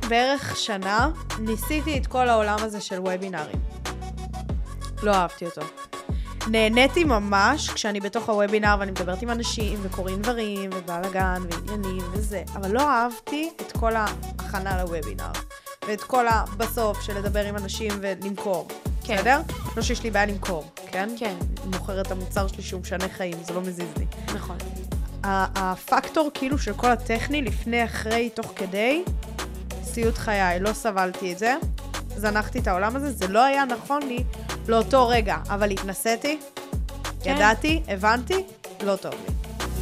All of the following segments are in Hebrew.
בערך שנה ניסיתי את כל העולם הזה של וובינארים. לא אהבתי אותו. נהניתי ממש כשאני בתוך הוובינר ואני מדברת עם אנשים וקוראים דברים ובלגן ועניינים וזה, אבל לא אהבתי את כל ההכנה לוובינר ואת כל בסוף של לדבר עם אנשים ולמכור. כן. בסדר? לא שיש לי בעיה למכור, כן? כן. אני מוכרת את המוצר שלי שהוא משנה חיים, זה לא מזיז לי. נכון. הפקטור כאילו של כל הטכני, לפני, אחרי, תוך כדי, סיוט חיי, לא סבלתי את זה, זנחתי את העולם הזה, זה לא היה נכון לי לאותו רגע, אבל התנסיתי, כן. ידעתי, הבנתי, לא טוב לי.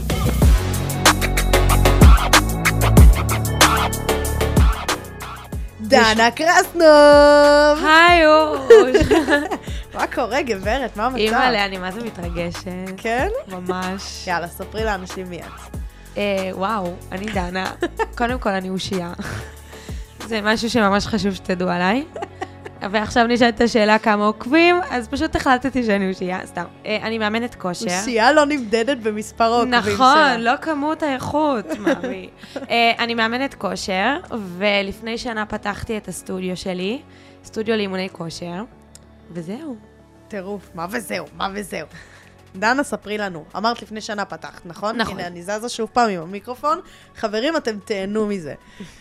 דנה קרסנוב! היי אוש! מה קורה, גברת? מה המצב? אימא'לה, אני מה זה מתרגשת. כן? ממש. יאללה, ספרי לאנשים מי את. וואו, אני דנה. קודם כל, אני אושייה. זה משהו שממש חשוב שתדעו עליי. ועכשיו נשאלת את השאלה כמה עוקבים, אז פשוט החלטתי שאני אושייה, סתם. אני מאמנת כושר. אושייה לא נמדדת במספר העוקבים שלה. נכון, לא כמות האיכות, מאמי. אני מאמנת כושר, ולפני שנה פתחתי את הסטודיו שלי, סטודיו לאימוני כושר, וזהו. טירוף, מה וזהו, מה וזהו. דנה, ספרי לנו. אמרת לפני שנה פתחת, נכון? נכון. הנה, אני זזה שוב פעם עם המיקרופון. חברים, אתם תהנו מזה.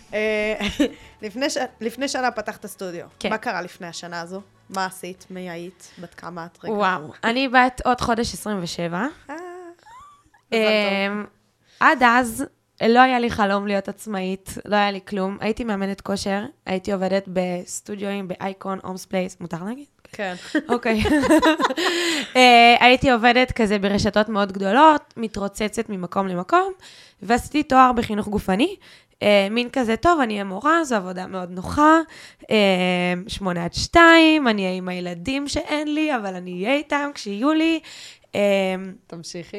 לפני שנה פתחת סטודיו. כן. מה קרה לפני השנה הזו? מה עשית? מי היית? בת כמה את? רגע. וואו. אני בת עוד חודש 27. מזל טוב. עד אז לא היה לי חלום להיות עצמאית, לא היה לי כלום. הייתי מאמנת כושר, הייתי עובדת בסטודיואים, באייקון, הומס פלייס, מותר להגיד? כן. אוקיי. הייתי עובדת כזה ברשתות מאוד גדולות, מתרוצצת ממקום למקום, ועשיתי תואר בחינוך גופני. מין כזה, טוב, אני אהיה מורה, זו עבודה מאוד נוחה, 8-2, אני אהיה עם הילדים שאין לי, אבל אני אהיה איתם כשיהיו לי. תמשיכי.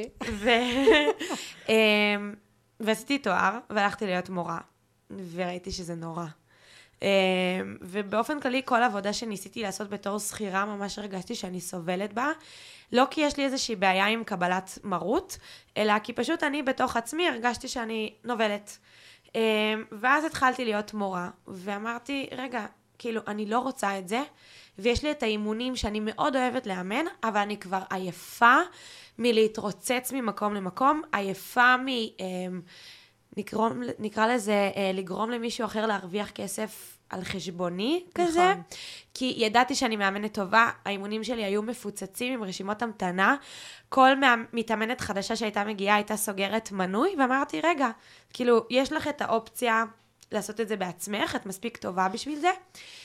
ועשיתי תואר, והלכתי להיות מורה, וראיתי שזה נורא. ובאופן כללי, כל עבודה שניסיתי לעשות בתור שכירה, ממש הרגשתי שאני סובלת בה, לא כי יש לי איזושהי בעיה עם קבלת מרות, אלא כי פשוט אני בתוך עצמי הרגשתי שאני נובלת. ואז התחלתי להיות מורה, ואמרתי, רגע, כאילו, אני לא רוצה את זה, ויש לי את האימונים שאני מאוד אוהבת לאמן, אבל אני כבר עייפה מלהתרוצץ ממקום למקום, עייפה נקרא לזה, לגרום למישהו אחר להרוויח כסף על חשבוני כזה, נכון. כי ידעתי שאני מאמנת טובה, האימונים שלי היו מפוצצים עם רשימות המתנה, כל מתאמנת חדשה שהייתה מגיעה הייתה סוגרת מנוי, ואמרתי, רגע, כאילו, יש לך את האופציה לעשות את זה בעצמך, את מספיק טובה בשביל זה,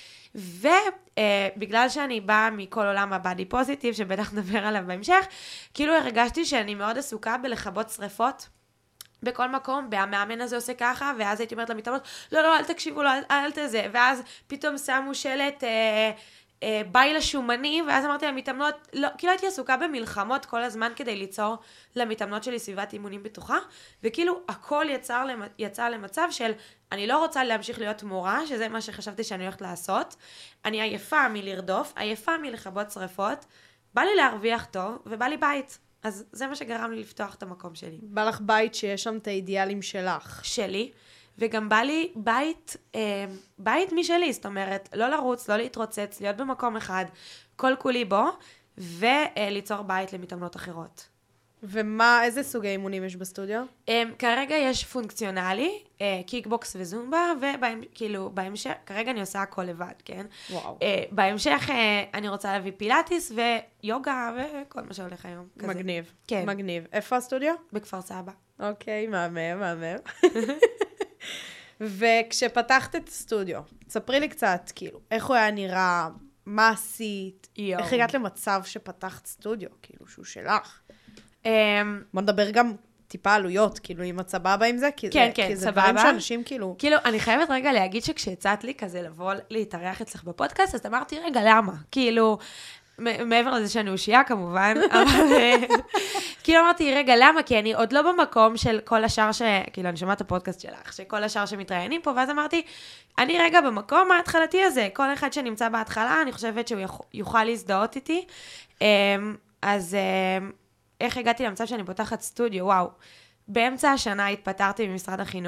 ובגלל שאני באה מכל עולם הבאדי פוזיטיב, שבטח נדבר עליו בהמשך, כאילו הרגשתי שאני מאוד עסוקה בלכבות שריפות, בכל מקום, והמאמן הזה עושה ככה, ואז הייתי אומרת למתאמנות, לא, לא, אל תקשיבו, לא, אל תזה, ואז פתאום שמו שלט ביי לשומני, ואז אמרתי למתאמנות, לא, כאילו הייתי עסוקה במלחמות כל הזמן כדי ליצור למתאמנות שלי סביבת אימונים בטוחה, וכאילו הכל יצא למצב של, אני לא רוצה להמשיך להיות מורה, שזה מה שחשבתי שאני הולכת לעשות, אני עייפה מלרדוף, עייפה מלכבות שריפות, בא לי להרוויח טוב, ובא לי בית. אז זה מה שגרם לי לפתוח את המקום שלי. בא לך בית שיש שם את האידיאלים שלך. שלי, וגם בא לי בית משלי, זאת אומרת, לא לרוץ, לא להתרוצץ, להיות במקום אחד, כל כולי בו, וליצור בית למתאמנות אחרות. איזה סוגי אימונים יש בסטודיו? כרגע יש פונקציונלי, קיקבוקס וזומבה, וכאילו בהמשך, כרגע אני עושה הכל לבד, כן? וואו. בהמשך אני רוצה להביא פילאטיס ויוגה וכל מה שהולך היום. כזה. מגניב. כן. מגניב. איפה הסטודיו? בכפר סבא. אוקיי, מהמם. וכשפתחת את הסטודיו, ספרי לי קצת, כאילו, איך הוא היה נראה, מה עשית, איך הגעת למצב שפתחת סטודיו, כאילו, שהוא שלך? בוא נדבר גם טיפה עלויות, כאילו, אם את סבבה עם זה, כי זה דברים שאנשים כאילו... כאילו, אני חייבת רגע להגיד שכשהצעת לי כזה לבוא להתארח אצלך בפודקאסט, אז אמרתי, רגע, למה? כאילו, מעבר לזה שאני אושייה כמובן, אבל כאילו אמרתי, רגע, למה? כי אני עוד לא במקום של כל השאר כאילו, אני שומעת את הפודקאסט שלך, שכל השאר שמתראיינים פה, ואז אמרתי, אני רגע במקום ההתחלתי הזה, כל אחד שנמצא בהתחלה, אני חושבת שהוא יוכל להזדהות איתי, אז איך הגעתי למצב שאני פותחת סטודיו? וואו, באמצע השנה התפטרתי ממשרד החינוך,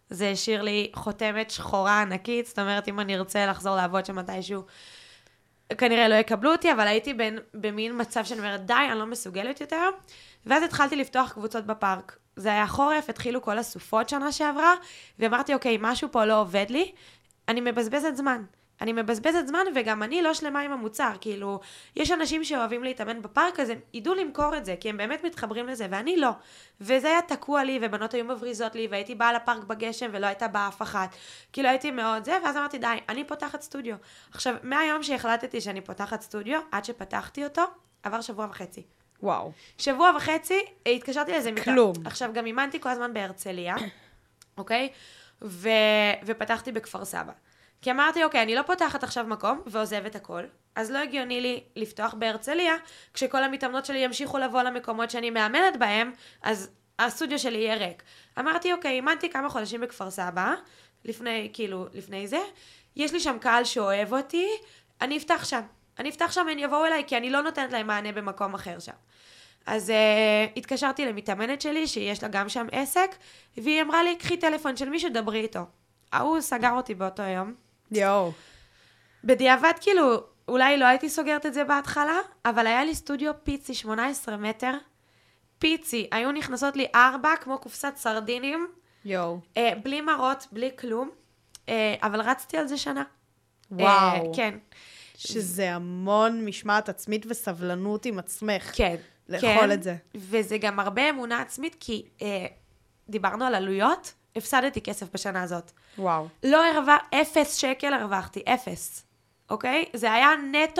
זה השאיר לי חותמת שחורה ענקית, זאת אומרת, אם אני ארצה לחזור לעבוד שם מתישהו, כנראה לא יקבלו אותי, אבל הייתי במין מצב שאני אומרת, די, אני לא מסוגלת יותר, ואז התחלתי לפתוח קבוצות בפארק. זה היה חורף, התחילו כל הסופות שנה שעברה, ואמרתי, אוקיי, משהו פה לא עובד לי, אני מבזבזת זמן. אני מבזבזת זמן, וגם אני לא שלמה עם המוצר, כאילו, יש אנשים שאוהבים להתאמן בפארק, אז הם ידעו למכור את זה, כי הם באמת מתחברים לזה, ואני לא. וזה היה תקוע לי, ובנות היו מבריזות לי, והייתי באה לפארק בגשם, ולא הייתה באה אף אחת. כאילו, הייתי מאוד זה, ואז אמרתי, די, אני פותחת סטודיו. עכשיו, מהיום שהחלטתי שאני פותחת סטודיו, עד שפתחתי אותו, עבר 1.5 שבוע. וואו. 1.5 שבוע, התקשרתי לזה כלום. עכשיו, גם אימנתי כל הזמן בהרצליה, אוקיי? ופתחתי בכפר סבא. כי אמרתי, אוקיי, אני לא פותחת עכשיו מקום ועוזבת הכל, אז לא הגיוני לי לפתוח בהרצליה, כשכל המתאמנות שלי ימשיכו לבוא למקומות שאני מאמנת בהם, אז הסטודיו שלי יהיה ריק. אמרתי, אוקיי, אימנתי כמה חודשים בכפר סבא, לפני זה, יש לי שם קהל שאוהב אותי, אני אפתח שם, הם יבואו אליי, כי אני לא נותנת להם מענה במקום אחר שם. אז התקשרתי למתאמנת שלי, שיש לה גם שם עסק, והיא אמרה לי, קחי טלפון של מישהו, דברי איתו. הוא סגר אותי באותו יום. יואו. בדיעבד, כאילו, אולי לא הייתי סוגרת את זה בהתחלה, אבל היה לי סטודיו פיצי 18 מטר. פיצי, היו נכנסות לי 4 כמו קופסת סרדינים. יואו. בלי מרות, בלי כלום. אבל רצתי על זה שנה. וואו. כן. שזה המון משמעת עצמית וסבלנות עם עצמך. כן. לאכול את זה. וזה גם הרבה אמונה עצמית, כי דיברנו על עלויות, הפסדתי כסף בשנה הזאת. וואו. לא 0 שקל הרווחתי, 0. אוקיי? זה היה נטו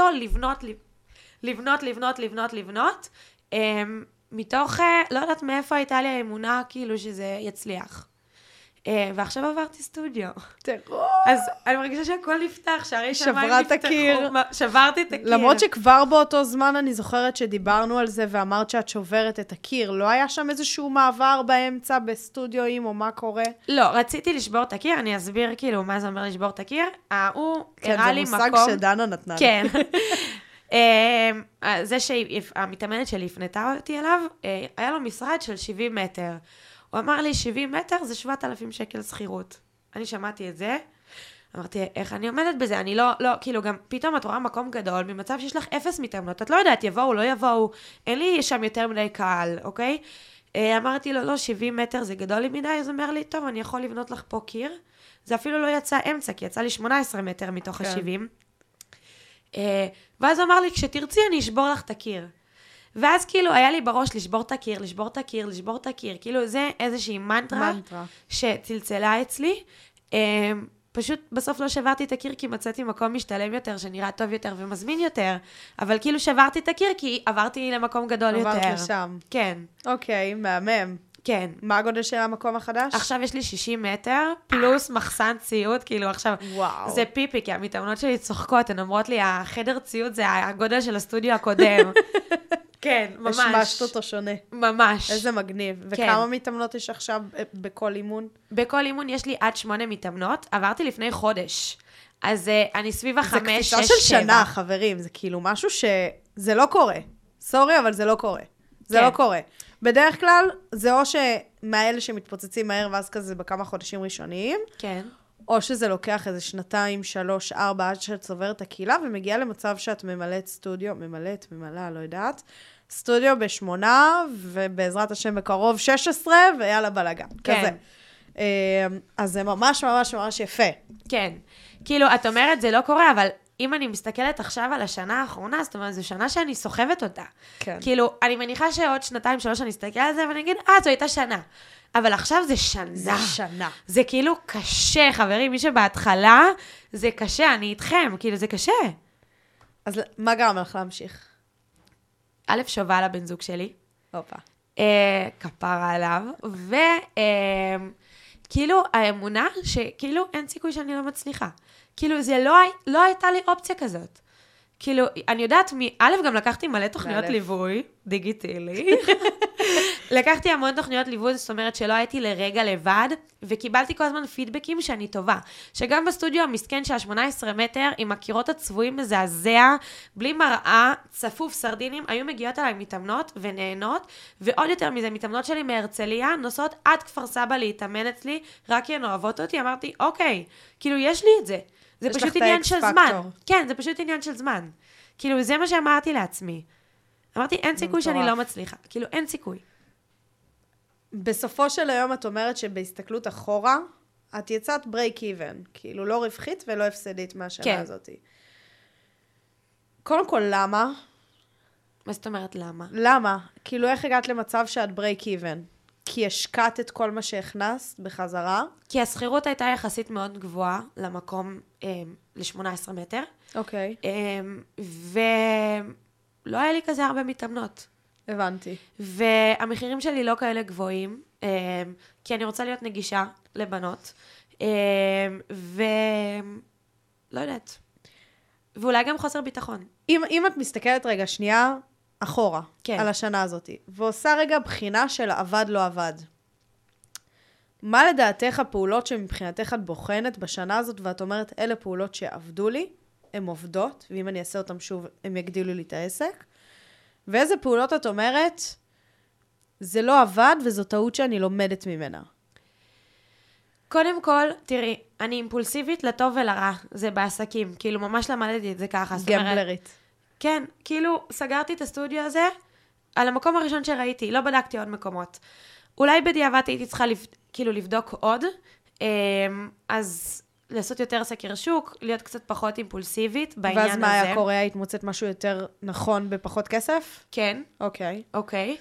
לבנות. מתוך, לא יודעת מאיפה הייתה לי האמונה, כאילו שזה יצליח. ועכשיו עברתי סטודיו. תראו. אז אני מרגישה שהכל נפתח, שערי שמיים נפתחו. שברת הקיר. שברתי את הקיר. למרות שכבר באותו זמן אני זוכרת שדיברנו על זה ואמרת שאת שוברת את הקיר. לא היה שם איזשהו מעבר באמצע בסטודיואים או מה קורה? לא, רציתי לשבור את הקיר, אני אסביר כאילו מה זה אומר לשבור את הקיר. הוא הראה לי מקום... כן, זה מושג שדנה נתנה. כן. זה שהמתאמנת שלי הפנתה אותי אליו, היה לו משרד של 70 מטר. הוא אמר לי, 70 מטר זה 7,000 שקל שכירות. אני שמעתי את זה, אמרתי, איך אני עומדת בזה? אני לא, כאילו גם פתאום את רואה מקום גדול, ממצב שיש לך 0 מתאמנות, את לא יודעת, יבואו, לא יבואו, אין לי שם יותר מדי קהל, אוקיי? אמרתי לו, לא, 70 מטר זה גדול לי מדי, אז הוא אומר לי, טוב, אני יכול לבנות לך פה קיר. זה אפילו לא יצא אמצע, כי יצא לי 18 מטר מתוך ה-70. ואז הוא אמר לי, כשתרצי אני אשבור לך את הקיר. ואז כאילו היה לי בראש לשבור את הקיר, כאילו זה איזושהי מנטרה שצלצלה אצלי. פשוט בסוף לא שברתי את הקיר כי מצאתי מקום משתלם יותר, שנראה טוב יותר ומזמין יותר, אבל כאילו שברתי את הקיר כי עברתי למקום גדול יותר. עברת לשם. כן. אוקיי, מהמם. כן. מה הגודל של המקום החדש? עכשיו יש לי 60 מטר, פלוס מחסן ציוד, כאילו עכשיו, וואו. זה פיפי, כי המתאמנות שלי צוחקות, הן אומרות לי, החדר ציוד זה הגודל של הסטודיו הקודם. כן, ממש. השמשת אותו שונה. ממש. איזה מגניב. כן. וכמה מתאמנות יש עכשיו בכל אימון? בכל אימון יש לי עד 8 מתאמנות, עברתי לפני חודש. אז אני סביב 5, 6, 7. זה קפיצה של שנה, חברים. זה כאילו משהו שזה לא קורה. סורי, אבל זה לא קורה. זה לא קורה. בדרך כלל, זה או שמאלה שמתפוצצים מהר, ואז כזה בכמה חודשים ראשונים, כן. או שזה לוקח איזה 2, 3, 4, עד שאת צוברת הקהילה, ומגיעה למצב שאת ממלאת סטודיו, ממלאה, לא יודעת, סטודיו ב8, ובעזרת השם בקרוב 16, ויאללה בלגן. כן. כזה. אז זה ממש ממש ממש יפה. כן. כאילו, את אומרת, זה לא קורה, אבל אם אני מסתכלת עכשיו על השנה האחרונה, זאת אומרת, זו שנה שאני סוחבת אותה. כן. כאילו, אני מניחה שעוד 2, 3 אני אסתכל על זה, ואני אגיד, זו הייתה שנה. אבל עכשיו זה שנה. זה שנה. זה כאילו קשה, חברים, מי שבהתחלה, זה קשה, אני איתכם, כאילו, זה קשה. אז מה גרם לך להמשיך? א', שובה לבן זוג שלי. הופה. כפרה עליו, וכאילו האמונה שכאילו אין סיכוי שאני לא מצליחה. כאילו זה לא הייתה לי אופציה כזאת. כאילו, אני יודעת א', גם לקחתי מלא תוכניות ליווי, דיגיטלי. לקחתי המון תוכניות ליווי, זאת אומרת שלא הייתי לרגע לבד, וקיבלתי כל הזמן פידבקים שאני טובה. שגם בסטודיו המסכן של 18 מטר, עם הקירות הצבועים מזעזע, בלי מראה, צפוף סרדינים, היו מגיעות עליי מתאמנות ונהנות, ועוד יותר מזה, מתאמנות שלי מהרצליה, נוסעות עד כפר סבא להתאמן אצלי, רק כי הן אוהבות אותי, אמרתי, אוקיי, כאילו יש לי את זה. זה פשוט עניין של זמן. כן, זה פשוט עניין של זמן. כאילו, זה מה שאמרתי לעצמי. אמרתי, אין סיכוי שאני לא מצליחה. כאילו, אין סיכוי. בסופו של היום את אומרת שבהסתכלות אחורה, את יצאת break even. כאילו, לא רווחית ולא הפסדית מהשנה הזאת. קודם כל, למה? מה זאת אומרת, למה? למה? כאילו, איך הגעת למצב שאת break even? כי השקעת את כל מה שהכנסת בחזרה? כי הסחירות הייתה יחסית מאוד גבוהה למקום ל-18 מטר. אוקיי. ולא היה לי כזה הרבה מתאמנות. הבנתי. והמחירים שלי לא כאלה גבוהים, כי אני רוצה להיות נגישה לבנות, ולא יודעת. ואולי גם חוסר ביטחון. אם את מסתכלת רגע שנייה אחורה, כן. על השנה הזאת, ועושה רגע בחינה של עבד לא עבד, מה לדעתך הפעולות שמבחינתך את בוחנת בשנה הזאת, ואת אומרת, אלה פעולות שעבדו לי, הן עובדות, ואם אני אעשה אותן שוב, הם יגדילו לי את העסק, ואיזה פעולות את אומרת, זה לא עבד, וזו טעות שאני לומדת ממנה. קודם כל, תראי, אני אימפולסיבית לטוב ולרע, זה בעסקים, כאילו ממש למדתי את זה ככה. גמבלרית. כן, כאילו סגרתי את הסטודיו הזה על המקום הראשון שראיתי, לא בדקתי עוד מקומות. אולי בדיעבד הייתי צריכה כאילו לבדוק עוד, אז לעשות יותר סקר שוק, להיות קצת פחות אימפולסיבית בעניין הזה. ואז מה היה קורה? היית מוצאת משהו יותר נכון בפחות כסף? כן. אוקיי. אוקיי.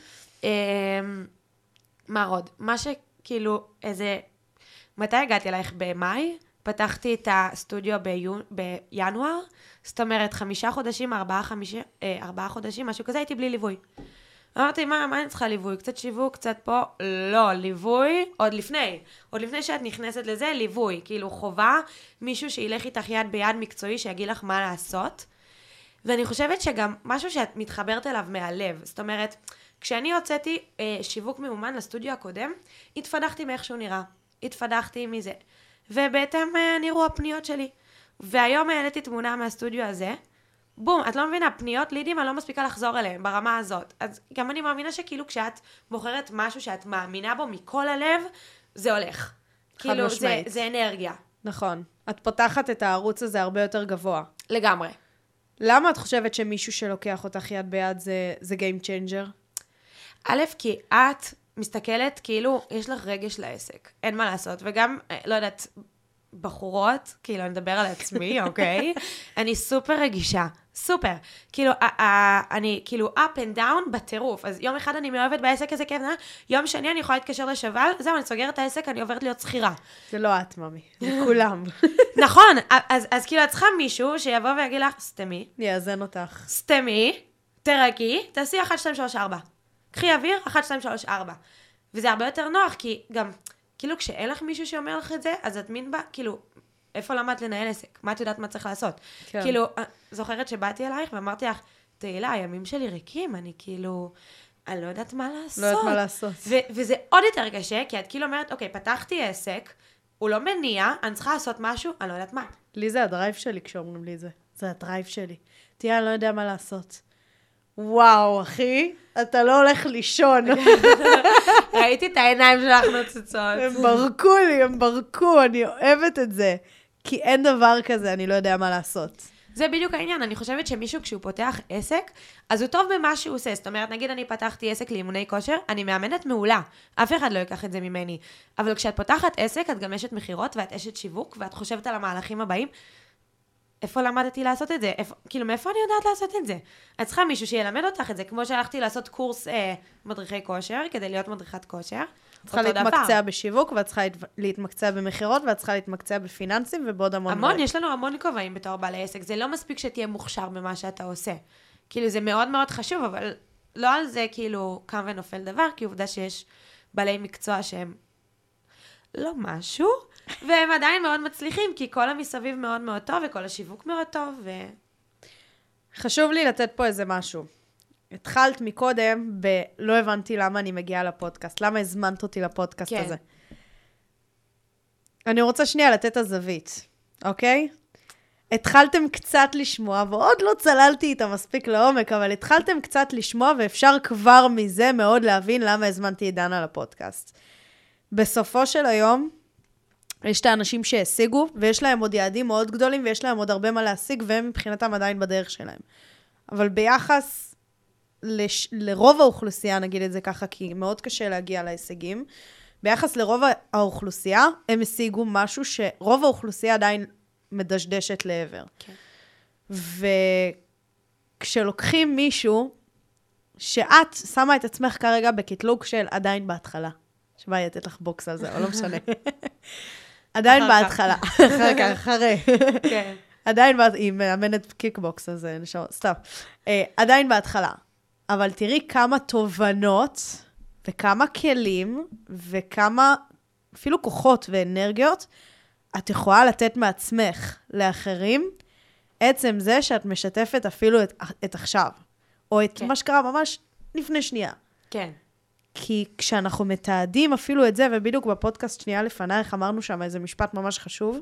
מה עוד? מה שכאילו איזה... מתי הגעתי אלייך? במאי? פתחתי את הסטודיו בינואר, זאת אומרת 5 חודשים, 4 חודשים, משהו כזה, הייתי בלי ליווי. אמרתי, מה אני צריכה ליווי? קצת שיווק, קצת פה? לא, ליווי, עוד לפני שאת נכנסת לזה, ליווי, כאילו חובה, מישהו שילך איתך יד ביד מקצועי, שיגיד לך מה לעשות. ואני חושבת שגם משהו שאת מתחברת אליו מהלב, זאת אומרת, כשאני הוצאתי שיווק מאומן לסטודיו הקודם, התפדחתי מאיך שהוא נראה, התפדחתי מזה. ובהתאם נראו הפניות שלי. והיום העליתי תמונה מהסטודיו הזה, בום, את לא מבינה, פניות לידים, אני לא מספיקה לחזור אליהם ברמה הזאת. אז גם אני מאמינה שכאילו כשאת בוחרת משהו שאת מאמינה בו מכל הלב, זה הולך. כאילו, זה אנרגיה. נכון. את פותחת את הערוץ הזה הרבה יותר גבוה. לגמרי. למה את חושבת שמישהו שלוקח אותך יד ביד זה game changer? א', כי את מסתכלת כאילו, יש לך רגש לעסק. אין מה לעשות. וגם, לא יודעת, בחורות, כאילו, אני מדבר על עצמי, אוקיי? אני סופר רגישה. סופר. כאילו, אני כאילו up and down בטירוף. אז יום אחד אני מאוהבת בעסק הזה כיף, יום שני אני יכולה להתקשר לשבל, זהו, אני סוגרת את העסק, אני עוברת להיות שכירה. זה לא את, ממי. זה כולם. נכון. אז כאילו, את צריכה מישהו שיבוא ויגיד לך, סתמי. יאזן אותך. סתמי, תרגי, תעשי 1, 2, 3, 4. קחי אוויר, 1, 2, 3, 4. וזה הרבה יותר נוח, כי גם, כאילו, כשאין לך מישהו שאומר לך את זה, אז את מין בה, כאילו, איפה למדת לנהל עסק? מה את יודעת מה צריך לעשות? כן. כאילו, זוכרת שבאתי אלייך ואמרתי לך, תהילה, הימים שלי ריקים, אני כאילו, אני לא יודעת מה לעשות. לא יודעת מה לעשות. וזה עוד יותר קשה, כי את כאילו אומרת, אוקיי, פתחתי עסק, הוא לא מניע, אני צריכה לעשות משהו, אני לא יודעת מה. לי זה הדרייב שלי כשאומרים לי זה. זה הדרייב שלי. תהיה, אני לא יודע מה לעשות. וואו, אחי, אתה לא הולך לישון. ראיתי את העיניים שלך נוצצות. הם ברקו, אני אוהבת את זה. כי אין דבר כזה, אני לא יודע מה לעשות. זה בדיוק העניין, אני חושבת שמישהו כשהוא פותח עסק, אז הוא טוב במה שהוא עושה. זאת אומרת, נגיד אני פתחתי עסק לאימוני כושר, אני מאמנת מעולה. אף אחד לא ייקח את זה ממני. אבל כשאת פותחת עסק, את גם אשת מחירות, ואת אשת שיווק, ואת חושבת על המהלכים הבאים. איפה למדתי לעשות את זה? כאילו, מאיפה אני יודעת לעשות את זה? את צריכה מישהו שילמד אותך את זה, כמו שהלכתי לעשות קורס מדריכי כושר, כדי להיות מדריכת כושר. צריכה להתמקצע בשיווק, ואת צריכה להתמקצע במחירות, ואת צריכה להתמקצע בפיננסים, ובעוד המון. יש לנו המון כובעים בתור בעלי עסק. זה לא מספיק שתהיה מוכשר במה שאתה עושה. כאילו, זה מאוד מאוד חשוב, אבל לא על זה כאילו קם ונופל דבר, כי עובדה שיש בעלי מקצוע שהם לא משהו, והם עדיין מאוד מצליחים, כי כל המסביב מאוד מאוד טוב, וכל השיווק מאוד טוב, חשוב לי לתת פה איזה משהו. התחלת מקודם לא הבנתי למה אני מגיעה לפודקאסט, למה הזמנת אותי לפודקאסט כן. הזה. אני רוצה שנייה לתת את הזווית, אוקיי? התחלתם קצת לשמוע, ועוד לא צללתי איתה מספיק לעומק, אבל התחלתם קצת לשמוע, ואפשר כבר מזה מאוד להבין למה הזמנתי את דנה לפודקאסט. בסופו של היום, יש את האנשים שהשיגו, ויש להם עוד יעדים מאוד גדולים, ויש להם עוד הרבה מה להשיג, והם מבחינתם עדיין בדרך שלהם. אבל ביחס לרוב האוכלוסייה, נגיד את זה ככה, כי מאוד קשה להגיע להישגים, ביחס לרוב האוכלוסייה, הם השיגו משהו שרוב האוכלוסייה עדיין מדשדשת לעבר. כן. וכשלוקחים מישהו, שאת שמה את עצמך כרגע בקטלוג של עדיין בהתחלה. שבא לי לתת לך בוקס על זה, או לא משנה. עדיין בהתחלה. אחרי. כן. עדיין, היא מאמנת קיקבוקס, אז נשאר, סתם. עדיין בהתחלה. אבל תראי כמה תובנות, וכמה כלים, וכמה אפילו כוחות ואנרגיות, את יכולה לתת מעצמך לאחרים, עצם זה שאת משתפת אפילו את עכשיו, או את מה שקרה ממש לפני שנייה. כן. כי כשאנחנו מתעדים אפילו את זה, ובדיוק בפודקאסט שנייה לפנייך, אמרנו שם איזה משפט ממש חשוב,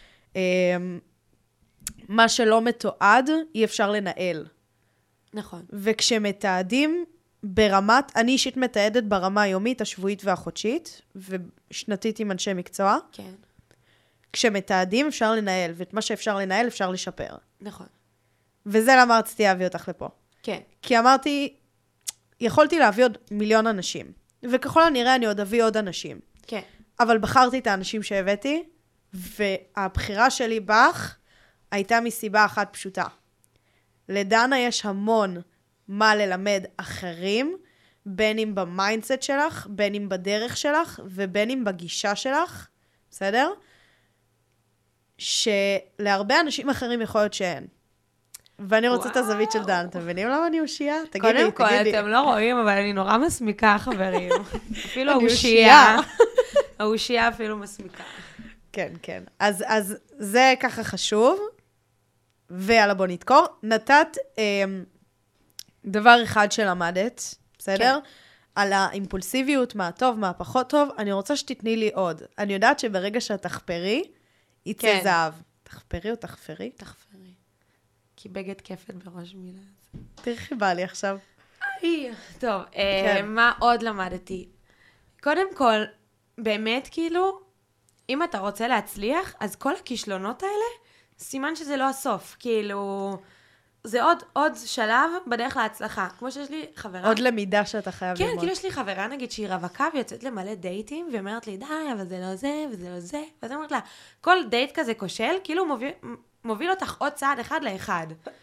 מה שלא מתועד, אי אפשר לנהל. נכון. וכשמתעדים ברמת, אני אישית מתעדת ברמה היומית, השבועית והחודשית, ושנתית עם אנשי מקצוע. כן. כשמתעדים אפשר לנהל, ואת מה שאפשר לנהל אפשר לשפר. נכון. וזה למה רציתי להביא אותך לפה. כן. כי אמרתי, יכולתי להביא עוד מיליון אנשים, וככל הנראה אני עוד אביא עוד אנשים. כן. אבל בחרתי את האנשים שהבאתי, והבחירה שלי בך הייתה מסיבה אחת פשוטה. לדנה יש המון מה ללמד אחרים, בין אם במיינדסט שלך, בין אם בדרך שלך, ובין אם בגישה שלך, בסדר? שלהרבה אנשים אחרים יכול להיות שאין. ואני רוצה את הזווית של דן, אתם מבינים למה אני אושייה? תגידי. קודם כל, אתם לא רואים, אבל אני נורא מסמיקה, חברים. אפילו האושייה. האושייה אפילו מסמיקה. כן, כן. אז זה ככה חשוב, ויאללה בוא נתקור. נתת דבר אחד שלמדת, בסדר? על האימפולסיביות, מה טוב, מה פחות טוב. אני רוצה שתתני לי עוד. אני יודעת שברגע שאת תחפרי, יצא זהב. תחפרי או תחפרי? תחפרי. כי בגד כפת בראש מילה. תרחי בא לי עכשיו. טוב, מה עוד למדתי? קודם כל, באמת כאילו, אם אתה רוצה להצליח, אז כל הכישלונות האלה, סימן שזה לא הסוף. כאילו, זה עוד שלב בדרך להצלחה. כמו שיש לי חברה. עוד למידה שאתה חייב ללמוד. כן, כאילו יש לי חברה, נגיד, שהיא רווקה ויוצאת למלא דייטים, והיא אומרת לי, די, אבל זה לא זה, וזה לא זה. ואז אני אומרת לה, כל דייט כזה כושל, כאילו מוביל אותך עוד צעד אחד לאחד.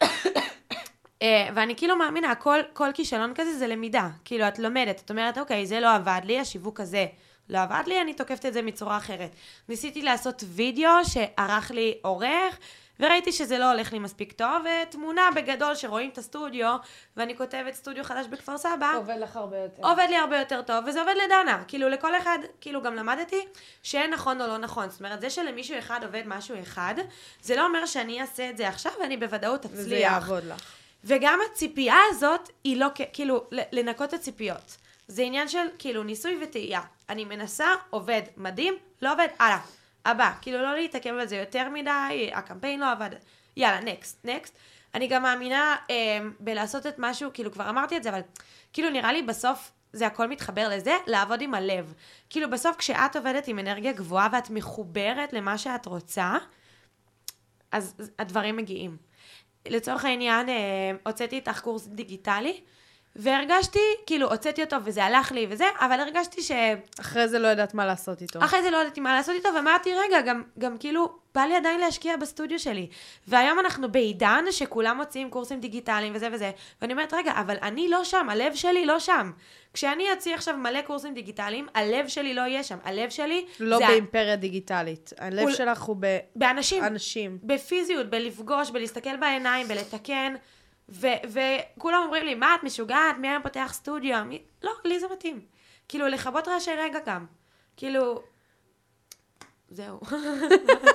ואני כאילו מאמינה, כל כישלון כזה זה למידה. כאילו, את לומדת, את אומרת, אוקיי, זה לא עבד לי, השיווק הזה לא עבד לי, אני תוקפת את זה מצורה אחרת. ניסיתי לעשות וידאו שערך לי עורך, וראיתי שזה לא הולך לי מספיק טוב, ותמונה בגדול שרואים את הסטודיו, ואני כותבת סטודיו חדש בכפר סבא. עובד לך הרבה יותר. עובד לי הרבה יותר טוב, וזה עובד לדנה. כאילו, לכל אחד, כאילו, גם למדתי שאין נכון או לא נכון. זאת אומרת, זה שלמישהו אחד עובד משהו אחד, זה לא אומר שאני אעשה את זה עכשיו, ואני בוודאות אצליח. וזה יעבוד לך. וגם הציפייה הזאת, היא לא, כאילו, לנקות את הציפיות. זה עניין של, כאילו, ניסוי וטעייה. אני מנסה, עובד מדהים, לא עובד, הלאה. הבא, כאילו לא להתעכב על זה יותר מדי, הקמפיין לא עבד, יאללה, next. אני גם מאמינה בלעשות את משהו, כאילו כבר אמרתי את זה, אבל כאילו נראה לי בסוף זה הכל מתחבר לזה, לעבוד עם הלב. כאילו בסוף כשאת עובדת עם אנרגיה גבוהה ואת מחוברת למה שאת רוצה, אז הדברים מגיעים. לצורך העניין, הוצאתי איתך קורס דיגיטלי, והרגשתי, כאילו, הוצאתי אותו וזה הלך לי וזה, אבל הרגשתי אחרי זה לא יודעת מה לעשות איתו. אחרי זה לא ידעתי מה לעשות איתו, ואמרתי, רגע, גם כאילו, בא לי עדיין להשקיע בסטודיו שלי. והיום אנחנו בעידן שכולם מוצאים קורסים דיגיטליים וזה וזה, ואני אומרת, רגע, אבל אני לא שם, הלב שלי לא שם. כשאני אציע עכשיו מלא קורסים דיגיטליים, הלב שלי לא יהיה שם. הלב שלי לא באימפריה דיגיטלית. הלב שלך הוא באנשים. בפיזיות, בלפגוש, בלהסתכל בעיניים, בלתקן. וכולם אומרים לי, מה את משוגעת? מי היום פותח סטודיו? לא, לי זה מתאים. כאילו, לכבות רעשי רגע גם. כאילו, זהו.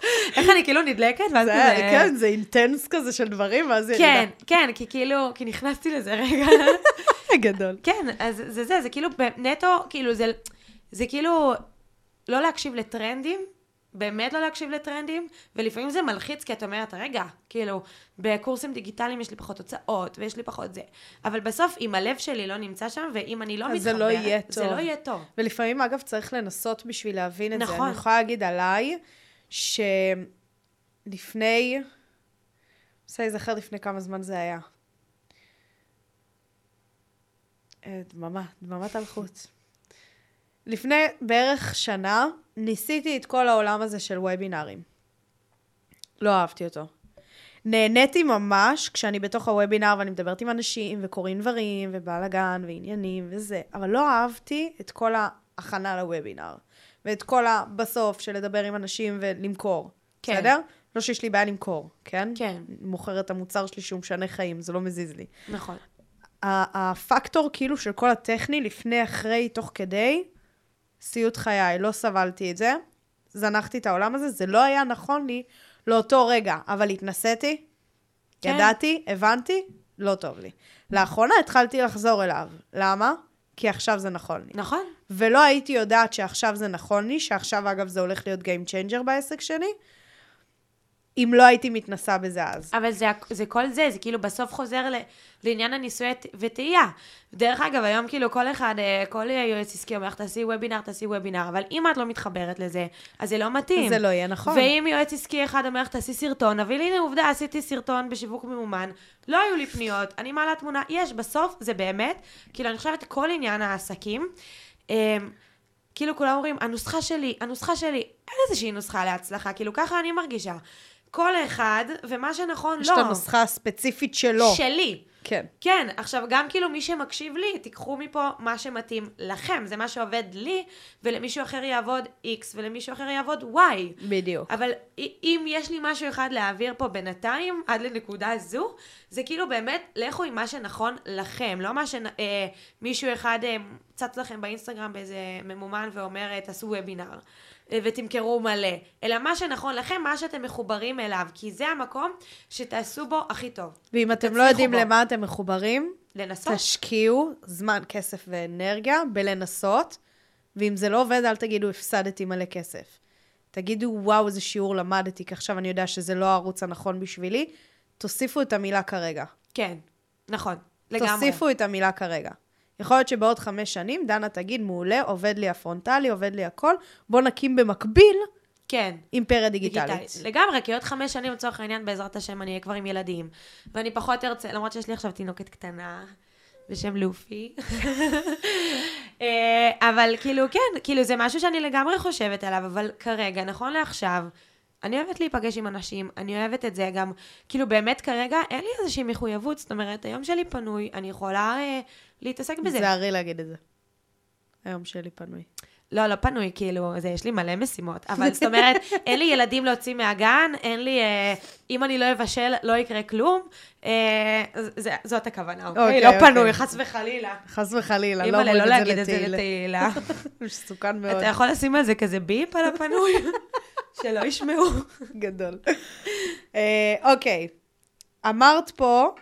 איך אני כאילו נדלקת, ואז כזה... כן, זה אינטנס כזה של דברים, ואז כן, כן, כי כאילו, כי נכנסתי לזה רגע. גדול. כן, אז זה כאילו נטו, כאילו זה כאילו לא להקשיב לטרנדים, באמת לא להקשיב לטרנדים, ולפעמים זה מלחיץ, כי את אומרת, רגע, כאילו, בקורסים דיגיטליים יש לי פחות הוצאות, ויש לי פחות זה. אבל בסוף, אם הלב שלי לא נמצא שם, ואם אני לא מתחברת, זה לא יהיה טוב. זה לא יהיה טוב. ולפעמים, אגב, צריך לנסות בשביל להבין את זה. נכון. אני יכולה להגיד עליי, שלפני, עושה להיזכר לפני כמה זמן זה היה. דממת הלחוץ. לפני בערך שנה, ניסיתי את כל העולם הזה של וובינרים. לא אהבתי אותו. נהניתי ממש כשאני בתוך הוובינר ואני מדברת עם אנשים וקוראים דברים ובלגן ועניינים וזה, אבל לא אהבתי את כל ההכנה לוובינר, ואת כל בסוף של לדבר עם אנשים ולמכור. כן. בסדר? לא שיש לי בעיה למכור, כן? כן. מוכר את המוצר שלי שהוא משנה חיים, זה לא מזיז לי. נכון. הפקטור כאילו של כל הטכני, לפני, אחרי, תוך כדי, סיוט חיי, לא סבלתי את זה, זנחתי את העולם הזה, זה לא היה נכון לי לאותו רגע, אבל התנסיתי, כן. ידעתי, הבנתי, לא טוב לי. לאחרונה התחלתי לחזור אליו. למה? כי עכשיו זה נכון לי. נכון. ולא הייתי יודעת שעכשיו זה נכון לי, שעכשיו אגב זה הולך להיות game changer בעסק שלי, אם לא הייתי מתנסה בזה אז. אבל זה כל זה כאילו בסוף חוזר לעניין הניסוי וטעייה. דרך אגב, היום כאילו כל אחד, כל יועץ עסקי אומר, תעשי וובינר, אבל אם את לא מתחברת לזה, אז זה לא מתאים. זה לא יהיה נכון. ואם יועץ עסקי אחד אומר, תעשי סרטון, אבל הנה עובדה, עשיתי סרטון בשיווק ממומן, לא היו לי פניות, אני מעלה תמונה, יש, בסוף זה באמת, כאילו אני חושבת כל עניין העסקים, כאילו כולם אומרים, הנוסחה שלי, אין איזושהי נוסחה להצלחה, כאילו ככה אני מרגישה. כל אחד, ומה שנכון, לא. יש את הנוסחה הספציפית שלו. שלי. כן. כן, עכשיו גם כאילו מי שמקשיב לי, תיקחו מפה מה שמתאים לכם, זה מה שעובד לי, ולמישהו אחר יעבוד X, ולמישהו אחר יעבוד Y. בדיוק. אבל אם יש לי משהו אחד להעביר פה בינתיים, עד לנקודה זו, זה כאילו באמת, לכו עם מה שנכון לכם, לא מה שמישהו אחד צץ לכם באינסטגרם באיזה ממומן ואומר, תעשו וובינר. ותמכרו מלא, אלא מה שנכון לכם, מה שאתם מחוברים אליו, כי זה המקום שתעשו בו הכי טוב. ואם אתם לא יודעים למה אתם מחוברים, לנסות. תשקיעו זמן, כסף ואנרגיה בלנסות, ואם זה לא עובד, אל תגידו, הפסדתי מלא כסף. תגידו, וואו, איזה שיעור למדתי, כי עכשיו אני יודע שזה לא הערוץ הנכון בשבילי, תוסיפו את המילה כרגע. כן, נכון, לגמרי. תוסיפו את המילה כרגע. יכול להיות שבעוד 5 שנים, דנה תגיד, מעולה, עובד לי הפרונטלי, עובד לי הכל, בוא נקים במקביל, כן. אימפריה דיגיטלית. לגמרי, כי עוד 5 שנים לצורך העניין, בעזרת השם, אני אהיה כבר עם ילדים. ואני פחות ארצה, למרות שיש לי עכשיו תינוקת קטנה, בשם לופי. אבל כאילו, כן, כאילו זה משהו שאני לגמרי חושבת עליו, אבל כרגע, נכון לעכשיו, אני אוהבת להיפגש עם אנשים, אני אוהבת את זה גם, כאילו באמת כרגע אין לי איזושהי מחויבות, זאת אומרת, היום שלי פנוי, אני יכולה להתעסק בזה. זה הרי להגיד את זה. היום שלי פנוי. לא פנוי, כאילו, יש לי מלא משימות, אבל זאת אומרת, אין לי ילדים להוציא מהגן, אין לי, אם אני לא אבשל, לא יקרה כלום, זאת הכוונה, אוקיי? לא פנוי, חס וחלילה. חס וחלילה, לא אומרים אומרים לא את זה להגיד את זה לתהילה. מסוכן מאוד. אתה יכול לשים על זה כזה ביפ על הפנוי, שלא ישמעו. גדול. אוקיי, אמרת פה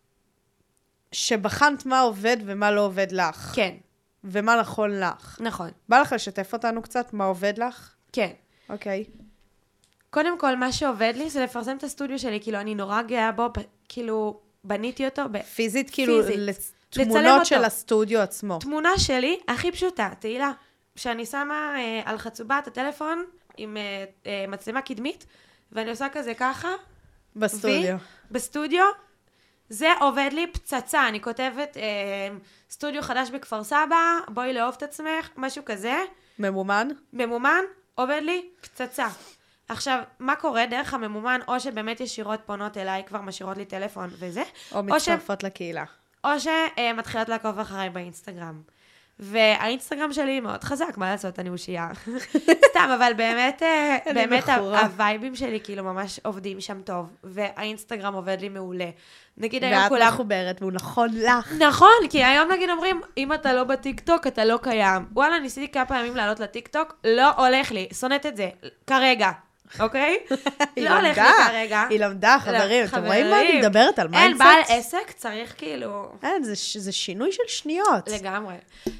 שבחנת מה עובד ומה לא עובד לך. כן. ומה נכון לך. נכון. בא לך לשתף אותנו קצת מה עובד לך? כן. אוקיי. קודם כל, מה שעובד לי זה לפרסם את הסטודיו שלי, כאילו, אני נורא גאה בו, כאילו, בניתי אותו. פיזית, כאילו, פיזית. תמונות של הסטודיו עצמו. תמונה שלי, הכי פשוטה, תהילה, שאני שמה על חצובת הטלפון עם מצלמה קדמית, ואני עושה כזה ככה. בסטודיו. בסטודיו, זה עובד לי פצצה, אני כותבת סטודיו חדש בכפר סבא, בואי לאהוב את עצמך, משהו כזה. ממומן? ממומן, עובד לי פצצה. עכשיו, מה קורה דרך הממומן, או שבאמת ישירות פונות אליי, כבר משאירות לי טלפון וזה, או מצטרפות לקהילה. או שמתחילות לעקוב אחריי באינסטגרם. והאינסטגרם שלי מאוד חזק, מה לעשות, אני אושייה. סתם, אבל באמת הווייבים שלי כאילו ממש עובדים שם טוב, והאינסטגרם עובד לי מעולה. נגיד היום כולם... ואת מחוברת, והוא נכון לך. נכון, כי היום נגיד אומרים, אם אתה לא בטיקטוק, אתה לא קיים. וואלה, ניסיתי כמה פעמים לעלות לטיקטוק, לא הולך לי, שונאת את זה, כרגע. אוקיי? היא לא הולך לי כרגע. היא למדה, חברים. אתם רואים מה אני מדברת על מיינדסט? אין, בעל עסק צריך כאילו... אין, זה שינוי של שניות. לגמרי.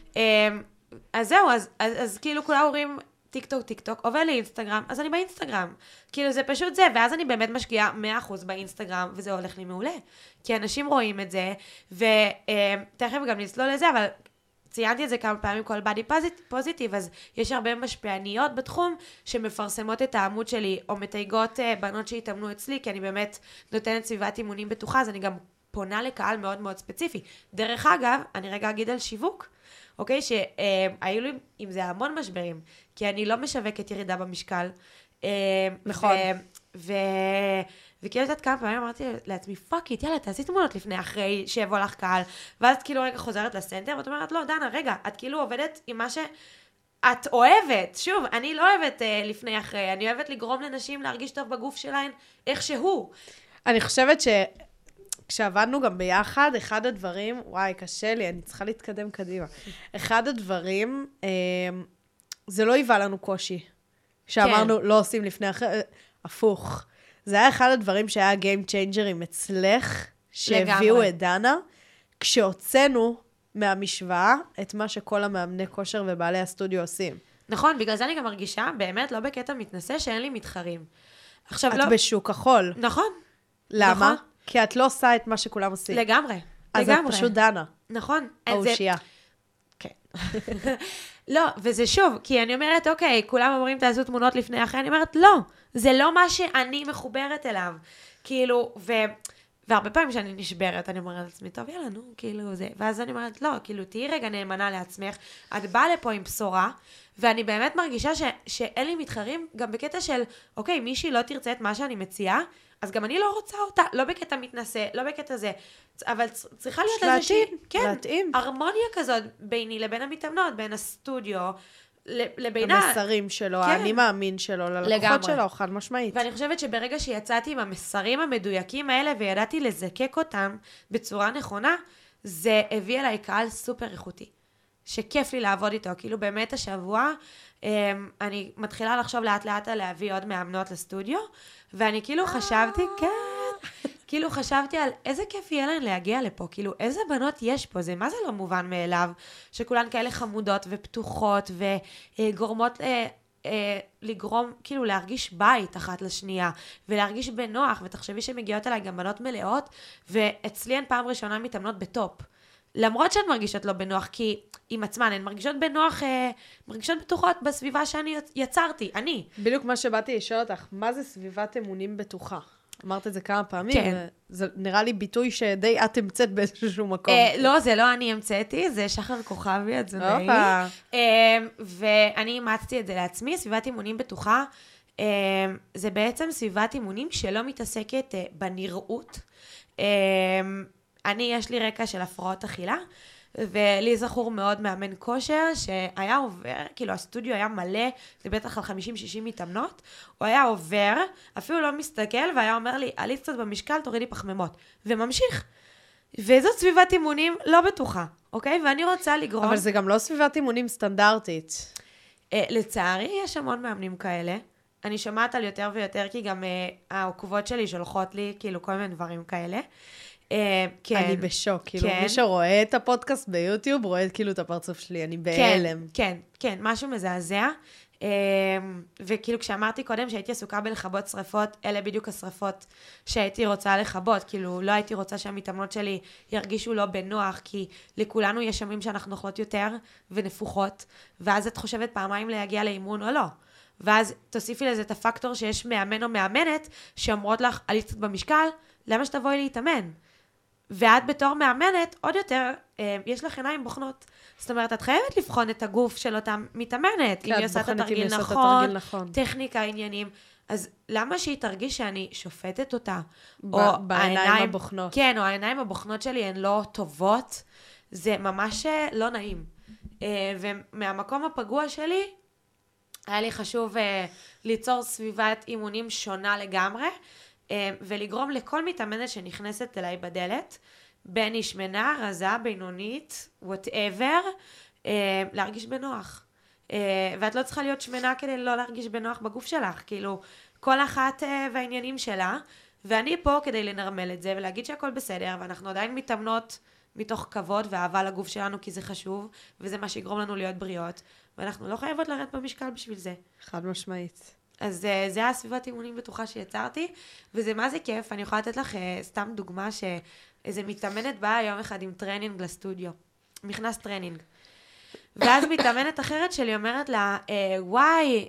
אז זהו, אז כאילו כולם אומרים, טיקטוק, עובר לי אינסטגרם, אז אני באינסטגרם. כאילו זה פשוט זה, ואז אני באמת משקיעה 100% באינסטגרם, וזה הולך לי מעולה. כי אנשים רואים את זה, ותכף גם נצלול לזה, אבל ציינתי את זה כמה פעמים, כל בדי פוזיטיב, אז יש הרבה משפיעניות בתחום, שמפרסמות את העמוד שלי, או מתייגות בנות שהתאמנו אצלי, כי אני באמת נותנת סביבת אימונים בטוחה, אז אני גם פונה לקהל מאוד מאוד ספציפי. דרך אגב, אני רגע אגיד על שיווק, אוקיי? שהיו לי עם זה המון משברים, כי אני לא משווקת ירידה במשקל. נכון. וכאילו יודעת כמה פעמים אמרתי לעצמי, פאק איט, יאללה, תעשי תמונות לפני, אחרי שיבוא לך קהל, ואז כאילו רגע חוזרת לסנטר, ואת אומרת, לא, דנה, רגע, את כאילו עובדת עם מה שאת אוהבת. שוב, אני לא אוהבת לפני, אחרי, אני אוהבת לגרום לנשים להרגיש טוב בגוף שלהן, איך שהוא. אני חושבת כשעבדנו גם ביחד, אחד הדברים, וואי, קשה לי, אני צריכה להתקדם קדימה. אחד הדברים, זה לא היווה לנו קושי. שאמרנו, לא עושים לפני אחרי, הפוך. זה היה אחד הדברים שהיה Game Changer'ים אצלך, שהביאו את דנה, כשהוצאנו מהמשוואה את מה שכל המאמני כושר ובעלי הסטודיו עושים. נכון, בגלל זה אני גם מרגישה, באמת, לא בקטע מתנשא, שאין לי מתחרים. עכשיו את לא... בשוק החול. נכון. למה? נכון. כי את לא עושה את מה שכולם עושים. לגמרי. אז לגמרי. את פשוט דנה. נכון. האושייה. כן. לא, וזה שוב, כי אני אומרת, אוקיי, כולם אומרים תעשו תמונות לפני אחרי, אני אומרת, לא, זה לא מה שאני מחוברת אליו. כאילו, והרבה פעמים שאני נשברת, אני אומרת לעצמי, טוב, יאללה, נו, כאילו זה. ואז אני אומרת, לא, כאילו, תהיי רגע נאמנה לעצמך, את באה לפה עם בשורה, ואני באמת מרגישה שאין לי מתחרים, גם בקטע של, אוקיי, מישהי לא תרצה את מה שאני מציעה, אז גם אני לא רוצה אותה, לא בקטע מתנשא, לא בקטע זה, אבל צריכה להיות איזושהי, להתאים. הרמוניה כזאת ביני לבין המתאמנות, בין הסטודיו, לבינה. המסרים שלו, האני מאמין שלו, ללקוחות שלו, חד משמעית. ואני חושבת שברגע שיצאתי עם המסרים המדויקים האלה, וידעתי לזקק אותם בצורה נכונה, זה הביא אליי קהל סופר איכותי, שכיף לי לעבוד איתו, כאילו באמת השבוע, אני מתחילה לחשוב לאט לאט על להביא עוד מאמנות לסטודיו, ואני כאילו חשבתי, כן, כאילו חשבתי על איזה כיף יהיה להן להגיע לפה, כאילו איזה בנות יש פה, זה מה זה לא מובן מאליו, שכולן כאלה חמודות ופתוחות, וגורמות לגרום, כאילו להרגיש בית אחת לשנייה, ולהרגיש בנוח, ותחשבי שמגיעות אליי גם בנות מלאות, ואצלי הן פעם ראשונה מתאמנות בטופ. למרות שהן מרגישות לא בנוח, כי עם עצמן הן מרגישות בנוח, מרגישות בטוחות בסביבה שאני יצרתי, אני. בדיוק מה שבאתי לשאול אותך, מה זה סביבת אמונים בטוחה? אמרת את זה כמה פעמים, כן. זה נראה לי ביטוי שדי את המצאת באיזשהו מקום. לא, זה לא אני המצאתי, זה שחר כוכבי התזונאי. ואני אימצתי את זה לעצמי, סביבת אימונים בטוחה, זה בעצם סביבת אימונים שלא מתעסקת בנראות. יש לי רקע של הפרעות אכילה, ולי זכור מאוד מאמן כושר, שהיה עובר, כאילו הסטודיו היה מלא, זה בטח על 50-60 מתאמנות, הוא היה עובר, אפילו לא מסתכל, והיה אומר לי, עלי קצת במשקל, תורידי פחמימות, וממשיך. וזאת סביבת אימונים לא בטוחה, אוקיי? ואני רוצה לגרום... אבל זה גם לא סביבת אימונים סטנדרטית. לצערי, יש המון מאמנים כאלה. אני שומעת על יותר ויותר, כי גם העוקבות שלי שולחות לי, כאילו, כל מיני דברים כאלה. כן. אני בשוק, כאילו מי שרואה את הפודקאסט ביוטיוב, רואה כאילו את הפרצוף שלי, אני בהלם. כן, משהו מזעזע, וכאילו כשאמרתי קודם שהייתי עסוקה בלכבות שריפות, אלה בדיוק השריפות שהייתי רוצה לכבות, כאילו לא הייתי רוצה שהמתאמנות שלי ירגישו לא בנוח, כי לכולנו יש ימים שאנחנו אוכלות יותר ונפוחות, ואז את חושבת פעמיים להגיע לאימון או לא. ואז תוסיפי לזה את הפקטור שיש מאמן או מאמנת שאומרות לך, עלי קצת במשקל, למה שתבואי להתאמן? ואת בתור מאמנת, עוד יותר, יש לך עיניים בוחנות. זאת אומרת, את חייבת לבחון את הגוף של אותה מתאמנת, אם היא עושה את התרגיל נכון, טכניקה, עניינים. אז למה שהיא תרגיש שאני שופטת אותה? בעיניים הבוחנות. כן, או העיניים הבוחנות שלי הן לא טובות, זה ממש לא נעים. ומהמקום הפגוע שלי, היה לי חשוב ליצור סביבת אימונים שונה לגמרי, ולגרום לכל מתאמנת שנכנסת אליי בדלת, בין היא שמנה, רזה, בינונית, whatever, להרגיש בנוח. ואת לא צריכה להיות שמנה כדי לא להרגיש בנוח בגוף שלך, כאילו, כל אחת והעניינים שלה, ואני פה כדי לנרמל את זה, ולהגיד שהכל בסדר, ואנחנו עדיין מתאמנות מתוך כבוד ואהבה לגוף שלנו, כי זה חשוב, וזה מה שיגרום לנו להיות בריאות, ואנחנו לא חייבות לרדת במשקל בשביל זה. חד משמעית. אז זה הסביבת אימונים בטוחה שיצרתי, וזה מה זה כיף, אני יכולה לתת לך סתם דוגמה שאיזה מתאמנת באה יום אחד עם טרנינג לסטודיו, מכנס טרנינג. ואז מתאמנת אחרת שלי אומרת לה, וואי,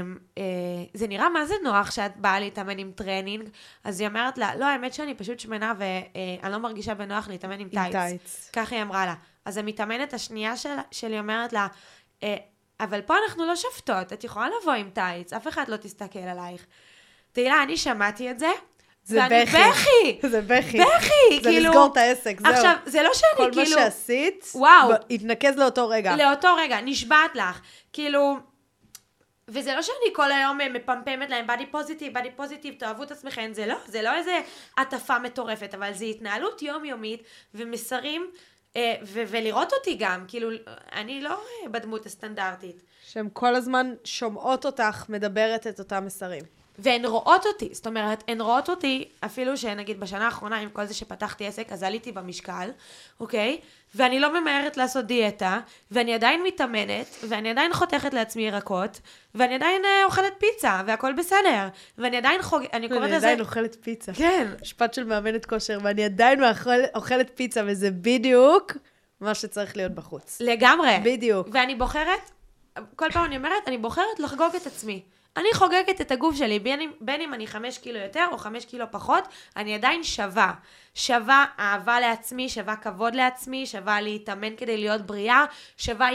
זה נראה מה זה נוח שאת באה להתאמן עם טרנינג, אז היא אומרת לה, לא, האמת שאני פשוט שמנה ואני לא מרגישה בנוח להתאמן עם טייץ. ככה היא אמרה לה. אז המתאמנת השנייה שלי אומרת לה, אבל פה אנחנו לא שופטות, את יכולה לבוא עם טייץ, אף אחד לא תסתכל עלייך. תהילה, אני שמעתי את זה, זה בכי. זה בכי. בכי, זה לסגור את העסק, זהו. עכשיו, זה לא שאני כל כאילו... מה שעשית, וואו. התנקז לאותו רגע. לאותו רגע, נשבעת לך. כאילו... וזה לא שאני כל היום מפמפמת להם body positive, תאהבו את עצמכם, זה לא איזה עטפה מטורפת, אבל זה התנהלות יומיומית ומסרים, ולראות אותי גם, כאילו, אני לא בדמות הסטנדרטית. שהן כל הזמן שומעות אותך, מדברת את אותם מסרים. והן רואות אותי, זאת אומרת, הן רואות אותי, אפילו שנגיד בשנה האחרונה, עם כל זה שפתחתי עסק, אז עליתי במשקל, אוקיי? ואני לא ממהרת לעשות דיאטה, ואני עדיין מתאמנת, ואני עדיין חותכת לעצמי ירקות, ואני עדיין אוכלת פיצה, והכל בסדר. ואני עדיין אני קוראת לזה... אני עדיין אוכלת פיצה. כן. משפט של מאמנת כושר, ואני עדיין אוכלת פיצה, וזה בדיוק מה שצריך להיות בחוץ. לגמרי. בדיוק. ואני בוחרת, כל פעם אני אומרת, אני בוחרת לחגוג את עצמי. אני חוגגת את הגוף שלי, בין אם אני 5 קילו יותר או 5 קילו פחות, אני עדיין שווה. שווה אהבה לעצמי, שווה כבוד לעצמי, שווה להתאמן כדי להיות בריאה, שווה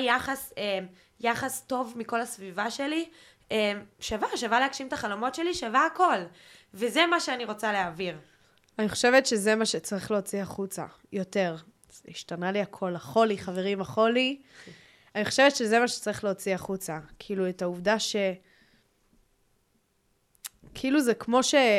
יחס טוב מכל הסביבה שלי, שווה להגשים את החלומות שלי, שווה הכל. וזה מה שאני רוצה להעביר. אני חושבת שזה מה שצריך להוציא החוצה, יותר. השתנה לי הכל, החולי, חברים, החולי. אני חושבת שזה מה שצריך להוציא החוצה. כאילו, את העובדה כאילו זה כמו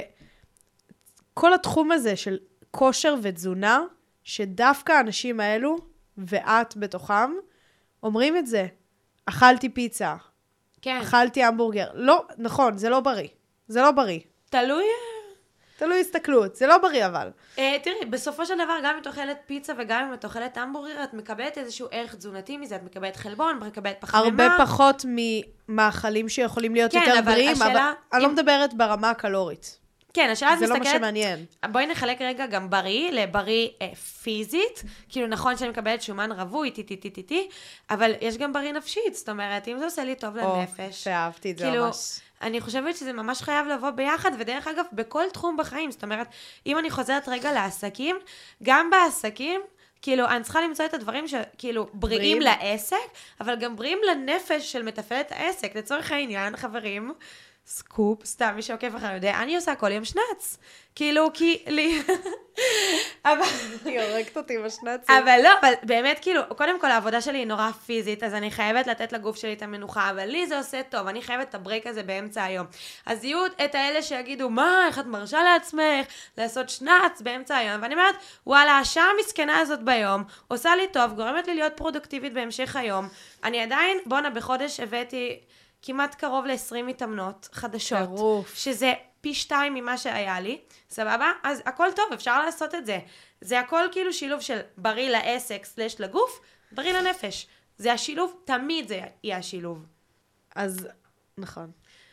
כל התחום הזה של כושר ותזונה, שדווקא האנשים האלו, ואת בתוכם, אומרים את זה. אכלתי פיצה. כן. אכלתי המבורגר. לא, נכון, זה לא בריא. זה לא בריא. תלוי הסתכלות. זה לא בריא אבל. תראי, בסופו של דבר, גם אם את אוכלת פיצה וגם אם את אוכלת המבורגר, את מקבלת איזשהו ערך תזונתי מזה, את מקבלת חלבון, מקבלת פחמימה. הרבה פחות ממאכלים שיכולים להיות יותר בריאים, אבל אני לא מדברת ברמה הקלורית. כן, השאלה זה לא מה שמעניין. בואי נחלק רגע גם בריא לבריא פיזית, כאילו נכון שאני מקבלת שומן רווי, טי, אבל יש גם בריא נפשית, זאת אומרת, אם זה עושה לי טוב לנפש. שאהבתי את זה ממש. אני חושבת שזה ממש חייב לבוא ביחד, ודרך אגב, בכל תחום בחיים, זאת אומרת, אם אני חוזרת רגע לעסקים, גם בעסקים, כאילו, אני צריכה למצוא את הדברים שכאילו בריאים לעסק, אבל גם בריאים לנפש של מתפעלת העסק. לצורך העניין, חברים, סקופ, סתם, מי שעוקב אחר יודע, אני עושה כל יום שנץ. כאילו, כי לי... היא הורגת אותי בשנצים. אבל לא, אבל באמת, כאילו, קודם כל, העבודה שלי היא נורא פיזית, אז אני חייבת לתת לגוף שלי את המנוחה, אבל לי זה עושה טוב, אני חייבת את הברייק הזה באמצע היום. אז יהיו את האלה שיגידו, מה, איך את מרשה לעצמך לעשות שנץ באמצע היום? ואני אומרת, וואלה, השעה המסכנה הזאת ביום, עושה לי טוב, גורמת לי להיות פרודוקטיבית בהמשך היום. אני עדיין, בונה, בחודש הבאתי כמעט קרוב ל-20 מתאמנות חדשות. טירוף. שזה פי 2 ממה שהיה לי, סבבה? אז הכל טוב, אפשר לעשות את זה. זה הכל כאילו שילוב של בריא לעסק / לגוף, בריא לנפש. זה השילוב, תמיד זה יהיה השילוב. אז, נכון.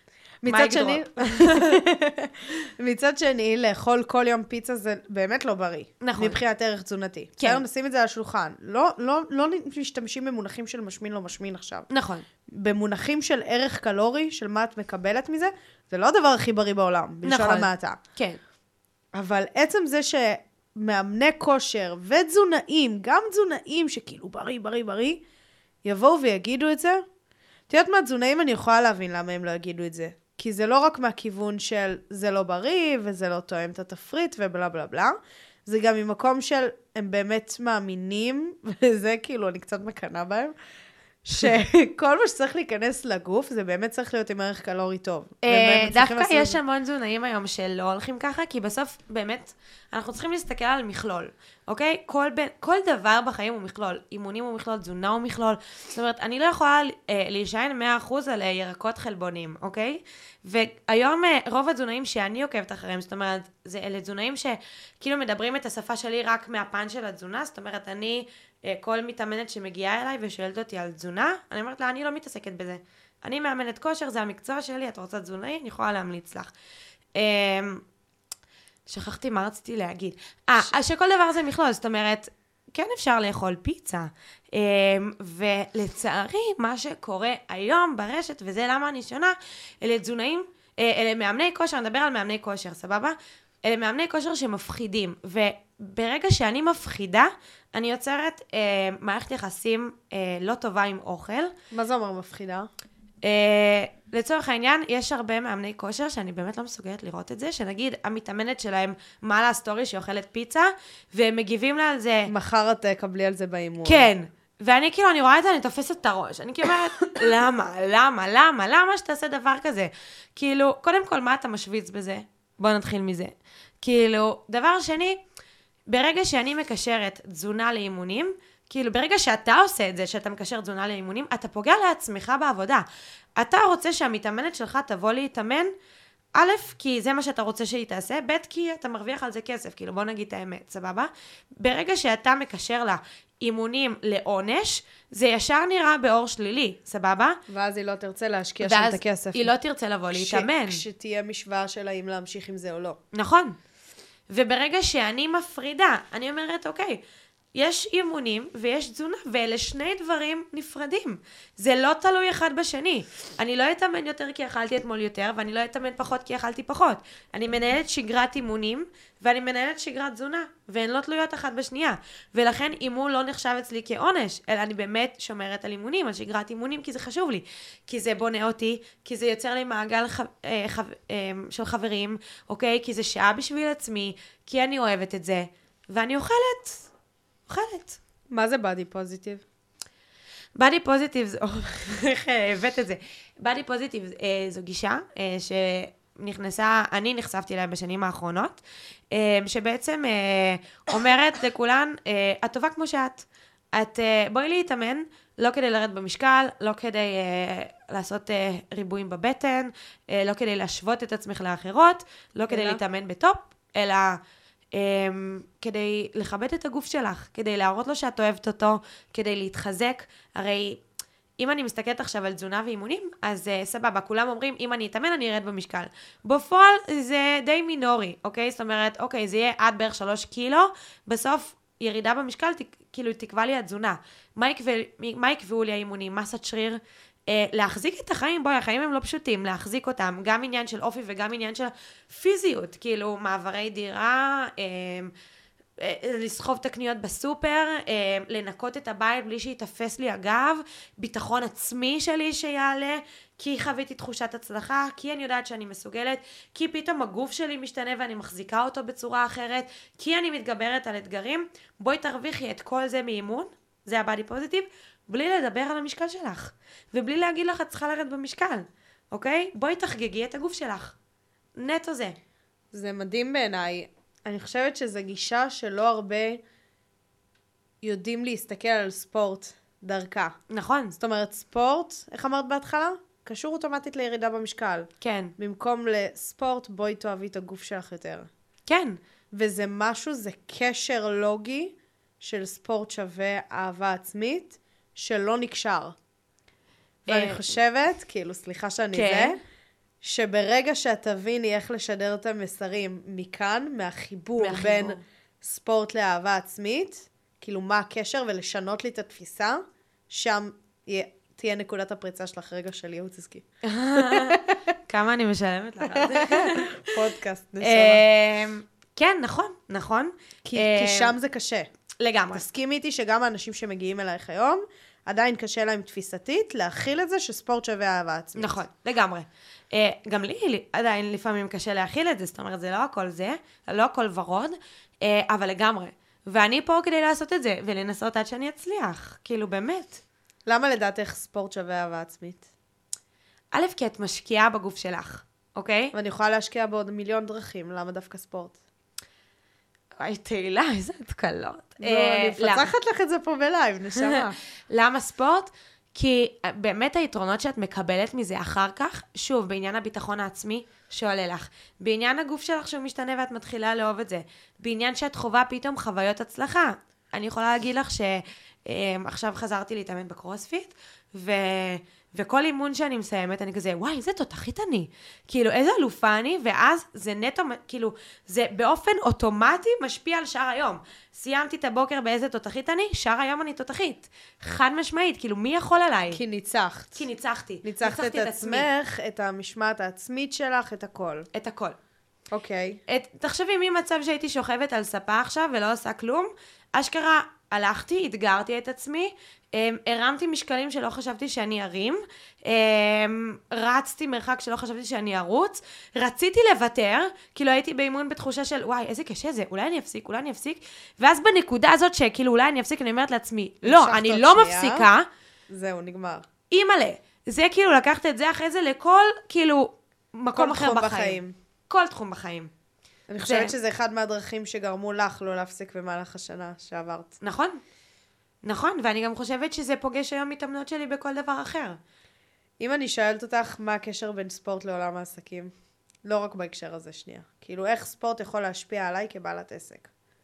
מצד שני, לאכול כל יום פיצה זה באמת לא בריא. נכון. מבחינת ערך תזונתי. כן. בסדר, נשים את זה על השולחן. לא משתמשים במונחים של משמין לא משמין עכשיו. נכון. במונחים של ערך קלורי, של מה את מקבלת מזה, זה לא הדבר הכי בריא בעולם, בלשון המעטה. כן. אבל עצם זה שמאמני כושר ותזונאים, גם תזונאים שכאילו בריא, יבואו ויגידו את זה, תהיית מהתזונאים אני יכולה להבין למה הם לא יגידו את זה. כי זה לא רק מהכיוון של זה לא בריא, וזה לא תואם את התפריט ובלה בלה בלה, זה גם ממקום של הם באמת מאמינים, וזה כאילו אני קצת מקנה בהם, שכל מה שצריך להיכנס לגוף, זה באמת צריך להיות עם ערך קלורי טוב. דווקא יש המון תזונאים היום שלא הולכים ככה, כי בסוף באמת אנחנו צריכים להסתכל על מכלול, אוקיי? כל דבר בחיים הוא מכלול. אימונים הוא מכלול, תזונה הוא מכלול. זאת אומרת, אני לא יכולה להישען 100% על ירקות חלבונים, אוקיי? והיום רוב התזונאים שאני עוקבת אחריהם, זאת אומרת, אלה תזונאים שכאילו מדברים את השפה שלי רק מהפן של התזונה, זאת אומרת, כל מתאמנת שמגיעה אליי ושואלת אותי על תזונה, אני אומרת לה, אני לא מתעסקת בזה. אני מאמנת כושר, זה המקצוע שלי, את רוצה תזונאי, אני יכולה להמליץ לך. שכחתי מה רציתי להגיד. שכל דבר זה מכלול, זאת אומרת, כן אפשר לאכול פיצה. ולצערי, מה שקורה היום ברשת, וזה למה אני שונה, אלה תזונאים, אלה מאמני כושר, אני מדבר על מאמני כושר, סבבה? אלה מאמני כושר שמפחידים, וברגע שאני מפחידה, אני יוצרת מערכת יחסים לא טובה עם אוכל. מה זה אומר מפחידה? לצורך העניין, יש הרבה מאמני כושר שאני באמת לא מסוגלת לראות את זה, שנגיד המתאמנת שלהם מעלה סטורי שאוכלת פיצה, והם מגיבים לה על זה. מחר את תקבלי על זה באימון. כן. ואני כאילו, אני רואה את זה, אני תופסת את הראש. אני כאילו אומרת, למה שתעשה דבר כזה? כאילו, קודם כל, מה אתה משוויץ בזה? בוא נתחיל מזה. כאילו, דבר שני, ברגע שאני מקשרת תזונה לאימונים, כאילו, ברגע שאתה עושה את זה, שאתה מקשר תזונה לאימונים, אתה פוגע לעצמך בעבודה. אתה רוצה שהמתאמנת שלך תבוא להתאמן, א', כי זה מה שאתה רוצה שהיא תעשה, ב', כי אתה מרוויח על זה כסף, כאילו, בוא נגיד את האמת, סבבה? ברגע שאתה מקשר לה אימונים לעונש, זה ישר נראה באור שלילי, סבבה? ואז היא לא תרצה להשקיע שם את הכסף. ואז היא לא תרצה לבוא להתאמן. כשתהיה משוואה של האם להמשיך עם זה או לא. נכון. וברגע שאני מפרידה, אני אומרת, אוקיי, יש אימונים ויש תזונה, ואלה שני דברים נפרדים. זה לא תלוי אחד בשני. אני לא אתאמן יותר כי אכלתי אתמול יותר, ואני לא אתאמן פחות כי אכלתי פחות. אני מנהלת שגרת אימונים, ואני מנהלת שגרת תזונה, והן לא תלויות אחת בשנייה. ולכן אימון לא נחשב אצלי כעונש, אלא אני באמת שומרת על אימונים, על שגרת אימונים, כי זה חשוב לי. כי זה בונה אותי, כי זה יוצר לי מעגל של חברים, אוקיי? כי זה שעה בשביל עצמי, כי אני אוהבת את זה, ואני אוכלת. מה זה בדי פוזיטיב? בדי פוזיטיב, איך הבאת את זה? בדי פוזיטיב זו גישה שנכנסה, אני נחשפתי אליה בשנים האחרונות, שבעצם אומרת לכולן, את טובה כמו שאת. בואי להתאמן, לא כדי לרד במשקל, לא כדי לעשות ריבועים בבטן, לא כדי להשוות את עצמך לאחרות, לא כדי להתאמן בטופ, אלא כדי לכבד את הגוף שלך, כדי להראות לו שאת אוהבת אותו, כדי להתחזק. הרי אם אני מסתכלת עכשיו על תזונה ואימונים, אז סבבה, כולם אומרים, אם אני אתאמן, אני ארד במשקל. בפועל זה די מינורי, אוקיי? זאת אומרת, אוקיי, זה יהיה עד בערך 3 קילו, בסוף ירידה במשקל, כאילו תקבע לי התזונה. מה יקבעו לי האימונים? מסת שריר? להחזיק את החיים, בואי, החיים הם לא פשוטים, להחזיק אותם, גם עניין של אופי וגם עניין של פיזיות, כאילו מעברי דירה, לסחוב את הקניות בסופר, לנקות את הבית בלי שיתפס לי הגב, ביטחון עצמי שלי שיעלה, כי חוויתי תחושת הצלחה, כי אני יודעת שאני מסוגלת, כי פתאום הגוף שלי משתנה ואני מחזיקה אותו בצורה אחרת, כי אני מתגברת על אתגרים. בואי תרוויחי את כל זה מאימון, זה הבאדי פוזיטיב, בלי לדבר על המשקל שלך, ובלי להגיד לך את צריכה לרד במשקל, אוקיי? בואי תחגגי את הגוף שלך. נטו זה. זה מדהים בעיניי. אני חושבת שזו גישה שלא הרבה יודעים להסתכל על ספורט דרכה. נכון. זאת אומרת, ספורט, איך אמרת בהתחלה? קשור אוטומטית לירידה במשקל. כן. במקום לספורט, בואי תאהבי את הגוף שלך יותר. כן. וזה משהו, זה קשר לוגי של ספורט שווה אהבה עצמית, שלא נקשר. ואני חושבת, כאילו, סליחה שאני זה, שברגע שאת תביני איך לשדר את המסרים מכאן, מהחיבור בין ספורט לאהבה עצמית, כאילו מה הקשר ולשנות לי את התפיסה, שם תהיה נקודת הפריצה שלך רגע של ייעוץ עסקי. כמה אני משלמת לך על זה? פודקאסט, נשמה. כן, נכון. כי שם זה קשה. לגמרי. תסכימי איתי שגם האנשים שמגיעים אלייך היום, עדיין קשה להם תפיסתית להכיל את זה שספורט שווה אהבה עצמית. נכון, לגמרי. גם לי עדיין לפעמים קשה להכיל את זה, זאת אומרת, זה לא הכל זה, לא הכל ורוד, אבל לגמרי. ואני פה כדי לעשות את זה, ולנסות עד שאני אצליח, כאילו באמת. למה לדעתך ספורט שווה אהבה עצמית? א', כי את משקיעה בגוף שלך, אוקיי? ואני יכולה להשקיע בעוד מיליון דרכים, למה דווקא ספורט? וואי, תהילה, איזה התקלות. אני מפצחת לך את זה פה בלייב, נשמה. למה ספורט? כי באמת היתרונות שאת מקבלת מזה אחר כך, שוב, בעניין הביטחון העצמי שעולה לך, בעניין הגוף שלך שהוא משתנה ואת מתחילה לאהוב את זה, בעניין שאת חובה פתאום חוויות הצלחה. אני יכולה להגיד לך שעכשיו חזרתי להתאמן בקרוספיט, וכל אימון שאני מסיימת, אני כזה, וואי, איזה תותחית אני. כאילו, איזה אלופה אני, ואז זה נטו, כאילו, זה באופן אוטומטי משפיע על שאר היום. סיימתי את הבוקר באיזה תותחית אני, שאר היום אני תותחית. חד משמעית, כאילו, מי יכול עליי? כי ניצחת. כי ניצחתי. ניצחת את עצמך, את המשמעת העצמית שלך, את הכל. את הכל. אוקיי. תחשבי, ממצב שהייתי שוכבת על ספה עכשיו ולא עושה כלום, אשכרה הלכתי, התגרתי את עצמי, הרמתי משקלים שלא חשבתי שאני ארים, רצתי מרחק שלא חשבתי שאני ארוץ, רציתי לוותר, כאילו הייתי באימון בתחושה של, וואי, איזה קשה זה, אולי אני אפסיק, ואז בנקודה הזאת שכאילו אולי אני אפסיק, אני אומרת לעצמי, לא, אני לא מפסיקה. זהו, נגמר. אימא'לה, זה כאילו לקחת את זה אחרי זה לכל, כאילו, מקום אחר בחיים. כל תחום בחיים. אני חושבת שזה אחד מהדרכים שגרמו לך לא להפסיק במהלך השנה שעברת. נכון. נכון, ואני גם חושבת שזה פוגש היום התאמנות שלי בכל דבר אחר. אם אני שואלת אותך מה הקשר בין ספורט לעולם העסקים, לא רק בהקשר הזה שנייה. כאילו, איך ספורט יכול להשפיע עליי כבעלת עסק?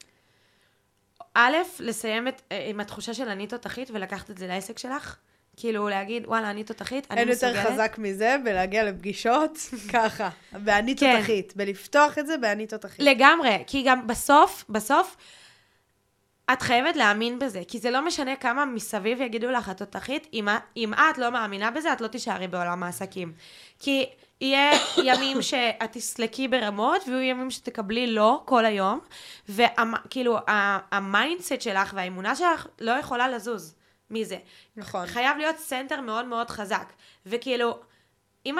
א', לסיים עם התחושה של אני תותחית ולקחת את זה לעסק שלך. כאילו, להגיד, וואלה, אני תותחית, אני מסוגלת. אין יותר חזק מזה בלהגיע לפגישות, ככה, באני תותחית. בלפתוח את זה באני תותחית. לגמרי, כי גם בסוף, את חייבת להאמין בזה, כי זה לא משנה כמה מסביב יגידו לך את תותחית, אם את לא מאמינה בזה, את לא תישארי בעולם העסקים. כי יהיה ימים שאת תסלקי ברמות, ויהיו ימים שתקבלי לא כל היום, וכאילו, המיינדסט שלך והאמונה שלך לא יכולה לזוז מזה. נכון. חייב להיות סנטר מאוד מאוד חזק, וכאילו, אם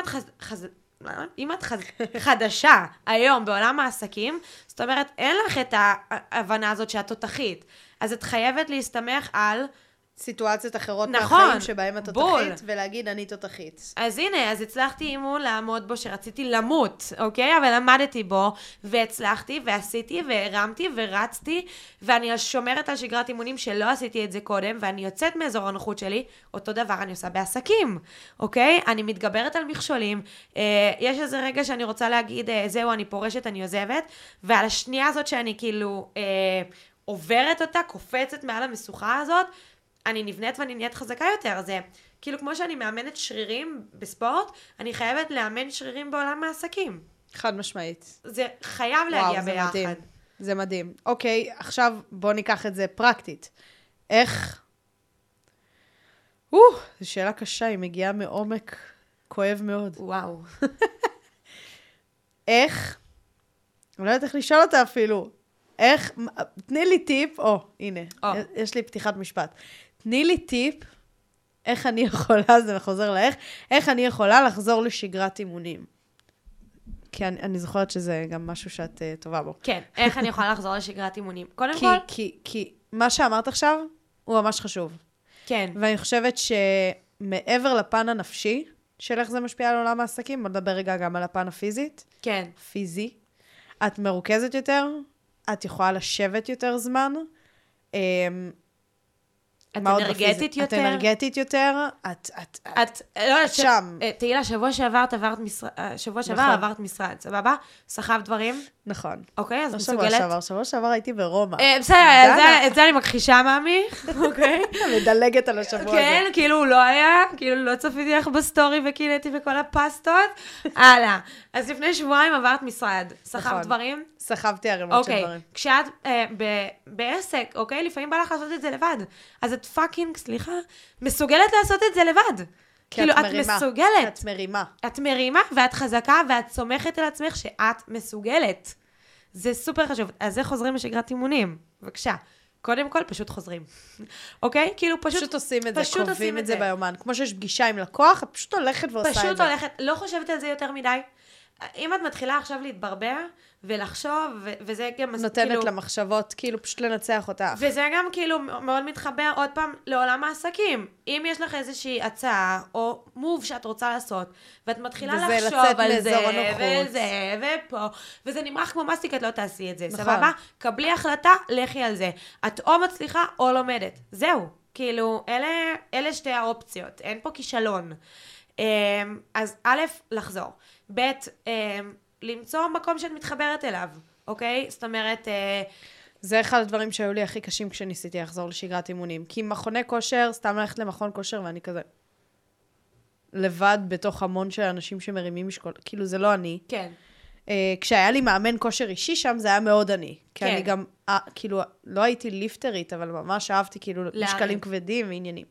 את חדשה היום בעולם העסקים, זאת אומרת, אין לך את ההבנה הזאת שאת תותחית. אז את חייבת להסתמך על סיטואציות אחרות נכון, מהחיים שבהם את תותחית, ולהגיד אני תותחית. אז הנה, אז הצלחתי אימון לעמוד בו שרציתי למות, אוקיי? אבל למדתי בו, והצלחתי, ועשיתי, והרמתי, ורצתי, ואני שומרת על שגרת אימונים שלא עשיתי את זה קודם, ואני יוצאת מאזור הנוחות שלי, אותו דבר אני עושה בעסקים, אוקיי? אני מתגברת על מכשולים, יש איזה רגע שאני רוצה להגיד, זהו, אני פורשת, אני עוזבת, ועל השנייה הזאת שאני כאילו עוברת אותה, קופצת מעל המשוכה הזאת, אני נבנית ואני נהיית חזקה יותר. זה כאילו כמו שאני מאמנת שרירים בספורט, אני חייבת לאמן שרירים בעולם העסקים. חד משמעית. זה חייב להגיע ביחד. מדהים. זה מדהים. אוקיי, עכשיו בוא ניקח את זה פרקטית. איך? זו שאלה קשה, היא מגיעה מעומק כואב מאוד. וואו. איך? אני לא יודעת איך לשאול אותה אפילו. איך? תני לי טיפ, הנה, יש לי פתיחת משפט. תני לי טיפ, איך אני יכולה, זה חוזר לאיך, איך אני יכולה לחזור לשגרת אימונים. כי אני זוכרת שזה גם משהו שאת טובה בו. כן, איך אני יכולה לחזור לשגרת אימונים. קודם כל... כי מה שאמרת עכשיו, הוא ממש חשוב. כן. ואני חושבת שמעבר לפן הנפשי, של איך זה משפיע על עולם העסקים, בוא נדבר רגע גם על הפן הפיזית. כן. פיזי. את מרוכזת יותר, את יכולה לשבת יותר זמן, את אנרגטית יותר. את אנרגטית יותר, את שם. תהילה, שבוע שעבר עברת משרד, סבבה? סחב דברים. נכון. אוקיי, אז מסוגלת. שבוע שעבר הייתי ברומא. בסדר, את זה אני מכחישה, מאמי. אוקיי. מדלגת על השבוע הזה. כן, כאילו הוא לא היה, כאילו לא צפיתי לך בסטורי וקינאתי וכל הפסטות. הלאה. אז לפני שבועיים עברת משרד. סחב דברים. סחבתי ערימות של דברים. כשאת בעסק, אוקיי? לפעמים בא לך לעשות את זה לבד. אז את פאקינג, סליחה, מסוגלת לעשות את זה לבד. כאילו, את מסוגלת. את מרימה. את מרימה, ואת חזקה, ואת סומכת על עצמך שאת מסוגלת. זה סופר חשוב. אז זה חוזרים לשגרת אימונים. בבקשה. קודם כל, פשוט חוזרים. אוקיי? כאילו, פשוט עושים את זה, קובעים את זה ביומן. כמו שיש פגישה עם לקוח, את פשוט הולכת ועושה את זה. פשוט הולכת, לא חושבת על זה יותר מדי. אם את מתחילה עכשיו להתברבר ולחשוב, וזה גם... נותנת למחשבות, כאילו פשוט לנצח אותך. וזה גם כאילו מאוד מתחבר עוד פעם לעולם העסקים. אם יש לך איזושהי הצעה, או מוב שאת רוצה לעשות, ואת מתחילה לחשוב על זה, וזה, ופה, וזה נמרח כמו מסטיק, את לא תעשי את זה, נכון. סבבה? קבלי החלטה, לכי על זה. את או מצליחה או לומדת. זהו. כאילו, אלה שתי האופציות. אין פה כישלון. אז א', לחזור. ב', למצוא מקום שאת מתחברת אליו, אוקיי? זאת אומרת... זה אחד הדברים שהיו לי הכי קשים כשניסיתי לחזור לשגרת אימונים. כי מכוני כושר, סתם ללכת למכון כושר, ואני כזה... לבד בתוך המון של אנשים שמרימים משקול. כאילו, זה לא אני. כן. כשהיה לי מאמן כושר אישי שם, זה היה מאוד אני. כי כן. אני גם, כאילו, לא הייתי ליפטרית, אבל ממש אהבתי, כאילו, משקלים כבדים ועניינים.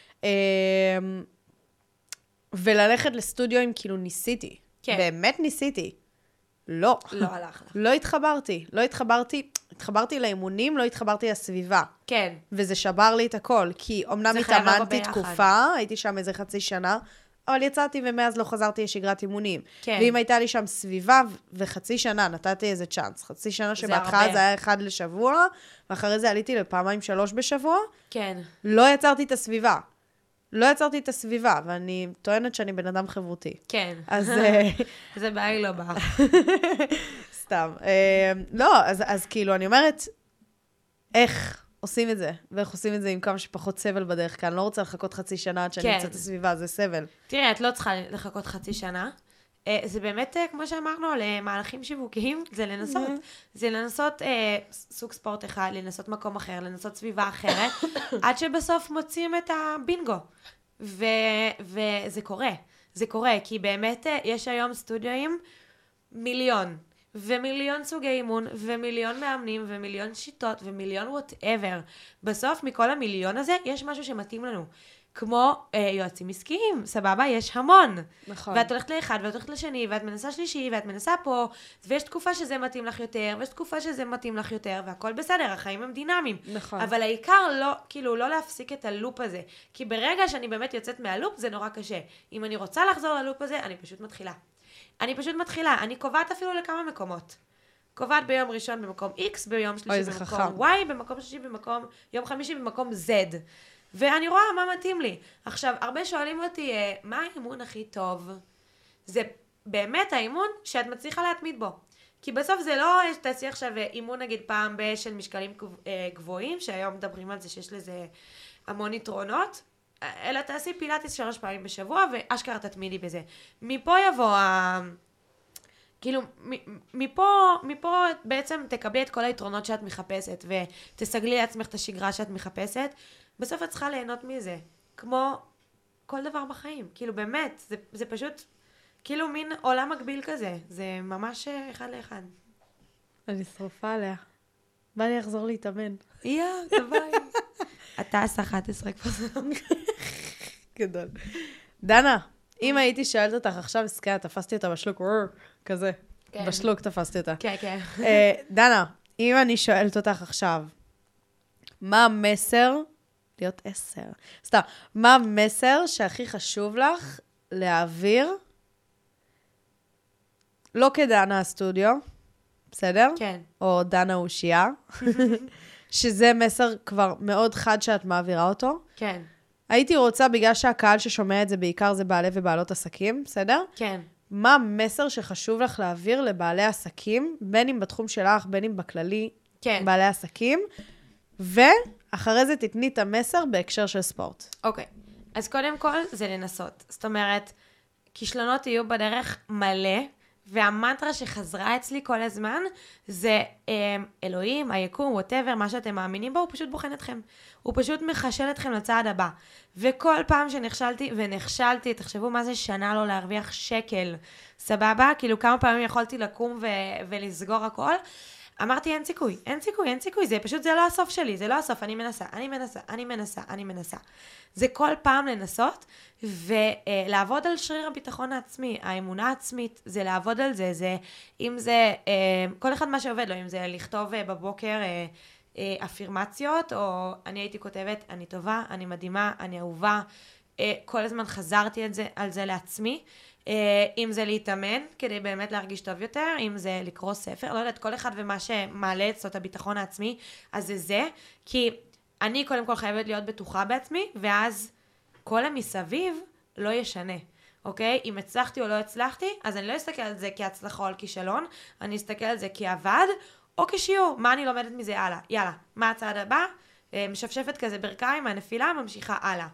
וללכת לסטודיו, כאילו, ניסיתי. כן. באמת ניסיתי. לא. לא הלך לך. לא התחברתי לאימונים, לא התחברתי לסביבה. כן. וזה שבר לי את הכל, כי אומנם התאמנתי תקופה, הייתי שם איזה חצי שנה, אבל יצאתי ומאז לא חזרתי לשגרת אימונים. כן. ואם הייתה לי שם סביבה וחצי שנה, נתתי איזה צ'אנס. חצי שנה שבהתחלה זה היה 1 לשבוע, ואחרי זה עליתי לפעמיים 3 בשבוע. כן. לא יצרתי את הסביבה, ואני טוענת שאני בן אדם חברותי. כן. אז... זה בעיה לא בא. סתם. לא, אז כאילו, אני אומרת, איך עושים את זה? ואיך עושים את זה עם כמה שפחות סבל בדרך כלל? אני לא רוצה לחכות חצי שנה עד שאני אמצא את הסביבה, זה סבל. תראי, את לא צריכה לחכות חצי שנה. זה באמת, כמו שאמרנו, למהלכים שיווקיים, זה לנסות. זה לנסות סוג ספורט אחד, לנסות מקום אחר, לנסות סביבה אחרת, עד שבסוף מוצאים את הבינגו. וזה קורה. זה קורה, כי באמת יש היום סטודיואים מיליון. ומיליון סוגי אימון, ומיליון מאמנים, ומיליון שיטות, ומיליון whatever. בסוף, מכל המיליון הזה, יש משהו שמתאים לנו. כמו יועצים עסקיים, סבבה? יש המון. נכון. ואת הולכת לאחד, ואת הולכת לשני, ואת מנסה שלישי, ואת מנסה פה, ויש תקופה שזה מתאים לך יותר, ויש תקופה שזה מתאים לך יותר, והכל בסדר, החיים הם דינמיים. נכון. אבל העיקר לא, כאילו, לא להפסיק את הלופ הזה. כי ברגע שאני באמת יוצאת מהלופ, זה נורא קשה. אם אני רוצה לחזור ללופ הזה, אני פשוט מתחילה. אני קובעת אפילו לכמה מקומות. קובעת ביום ראשון במקום X, ביום שלישי במקום Y, במקום שלישי יום חמישי במקום Z. ואני רואה מה מתאים לי. עכשיו, הרבה שואלים אותי, מה האימון הכי טוב? זה באמת האימון שאת מצליחה להתמיד בו. כי בסוף זה לא שתעשי עכשיו אימון נגיד פעם של משקלים גבוהים, שהיום מדברים על זה שיש לזה המון יתרונות, אלא תעשי פילאטיס 3 פעמים בשבוע, ואשכרה תתמידי בזה. מפה יבוא כאילו, מפה בעצם תקבלי את כל היתרונות שאת מחפשת, ותסגלי לעצמך את השגרה שאת מחפשת. בסוף את צריכה ליהנות מזה. כמו כל דבר בחיים. כאילו, באמת, זה פשוט, כאילו, מין עולם מקביל כזה. זה ממש אחד לאחד. אני שרופה עליה. בא לי לחזור להתאמן. ביי. אתה עשה 11 כבר. גדול. דנה, אם הייתי שואלת אותך עכשיו, סקיה, תפסתי אותה בשלוק, כזה. בשלוק תפסתי אותה. כן, כן. דנה, אם אני שואלת אותך עכשיו, מה המסר, להיות 10, סתם, מה המסר שהכי חשוב לך להעביר, לא כדנה הסטודיו, בסדר? כן. או דנה אושייה, שזה מסר כבר מאוד חד שאת מעבירה אותו. כן. הייתי רוצה, בגלל שהקהל ששומע את זה בעיקר זה בעלי ובעלות עסקים, בסדר? כן. מה המסר שחשוב לך להעביר לבעלי עסקים, בין אם בתחום שלך, בין אם בכללי, כן. בעלי עסקים, ואחרי זה תתני את המסר בהקשר של ספורט. אוקיי. אז קודם כל זה לנסות. זאת אומרת, כישלונות יהיו בדרך מלא, והמנטרה שחזרה אצלי כל הזמן, זה אלוהים, היקום, whatever, מה שאתם מאמינים בו, הוא פשוט בוחן אתכם. הוא פשוט מחשל אתכם לצעד הבא. וכל פעם שנכשלתי, תחשבו מה זה שנה לא להרוויח שקל, סבבה? כאילו כמה פעמים יכולתי לקום ולסגור הכל, אמרתי אין סיכוי, זה פשוט, זה לא הסוף שלי, זה לא הסוף, אני מנסה. זה כל פעם לנסות, ולעבוד על שריר הביטחון העצמי, האמונה העצמית, זה לעבוד על זה, זה, אם זה, כל אחד מה שעובד לו, אם זה לכתוב בבוקר אפירמציות, או אני הייתי כותבת, אני טובה, אני מדהימה, אני אהובה, כל הזמן חזרתי על זה לעצמי, אם זה להתאמן, כדי באמת להרגיש טוב יותר, אם זה לקרוא ספר, לא יודעת, כל אחד ומה שמעלה אצלו את הביטחון העצמי, אז זה, כי אני קודם כל חייבת להיות בטוחה בעצמי, ואז כל המסביב לא ישנה, אוקיי? אם הצלחתי או לא הצלחתי, אז אני לא אסתכל על זה כהצלחה או על כישלון, אני אסתכל על זה כעבד, או כשיעור, מה אני לומדת מזה הלאה? יאללה, מה הצעד הבא? משפשפת כזה ברכיים, הנפילה ממשיכה הלאה.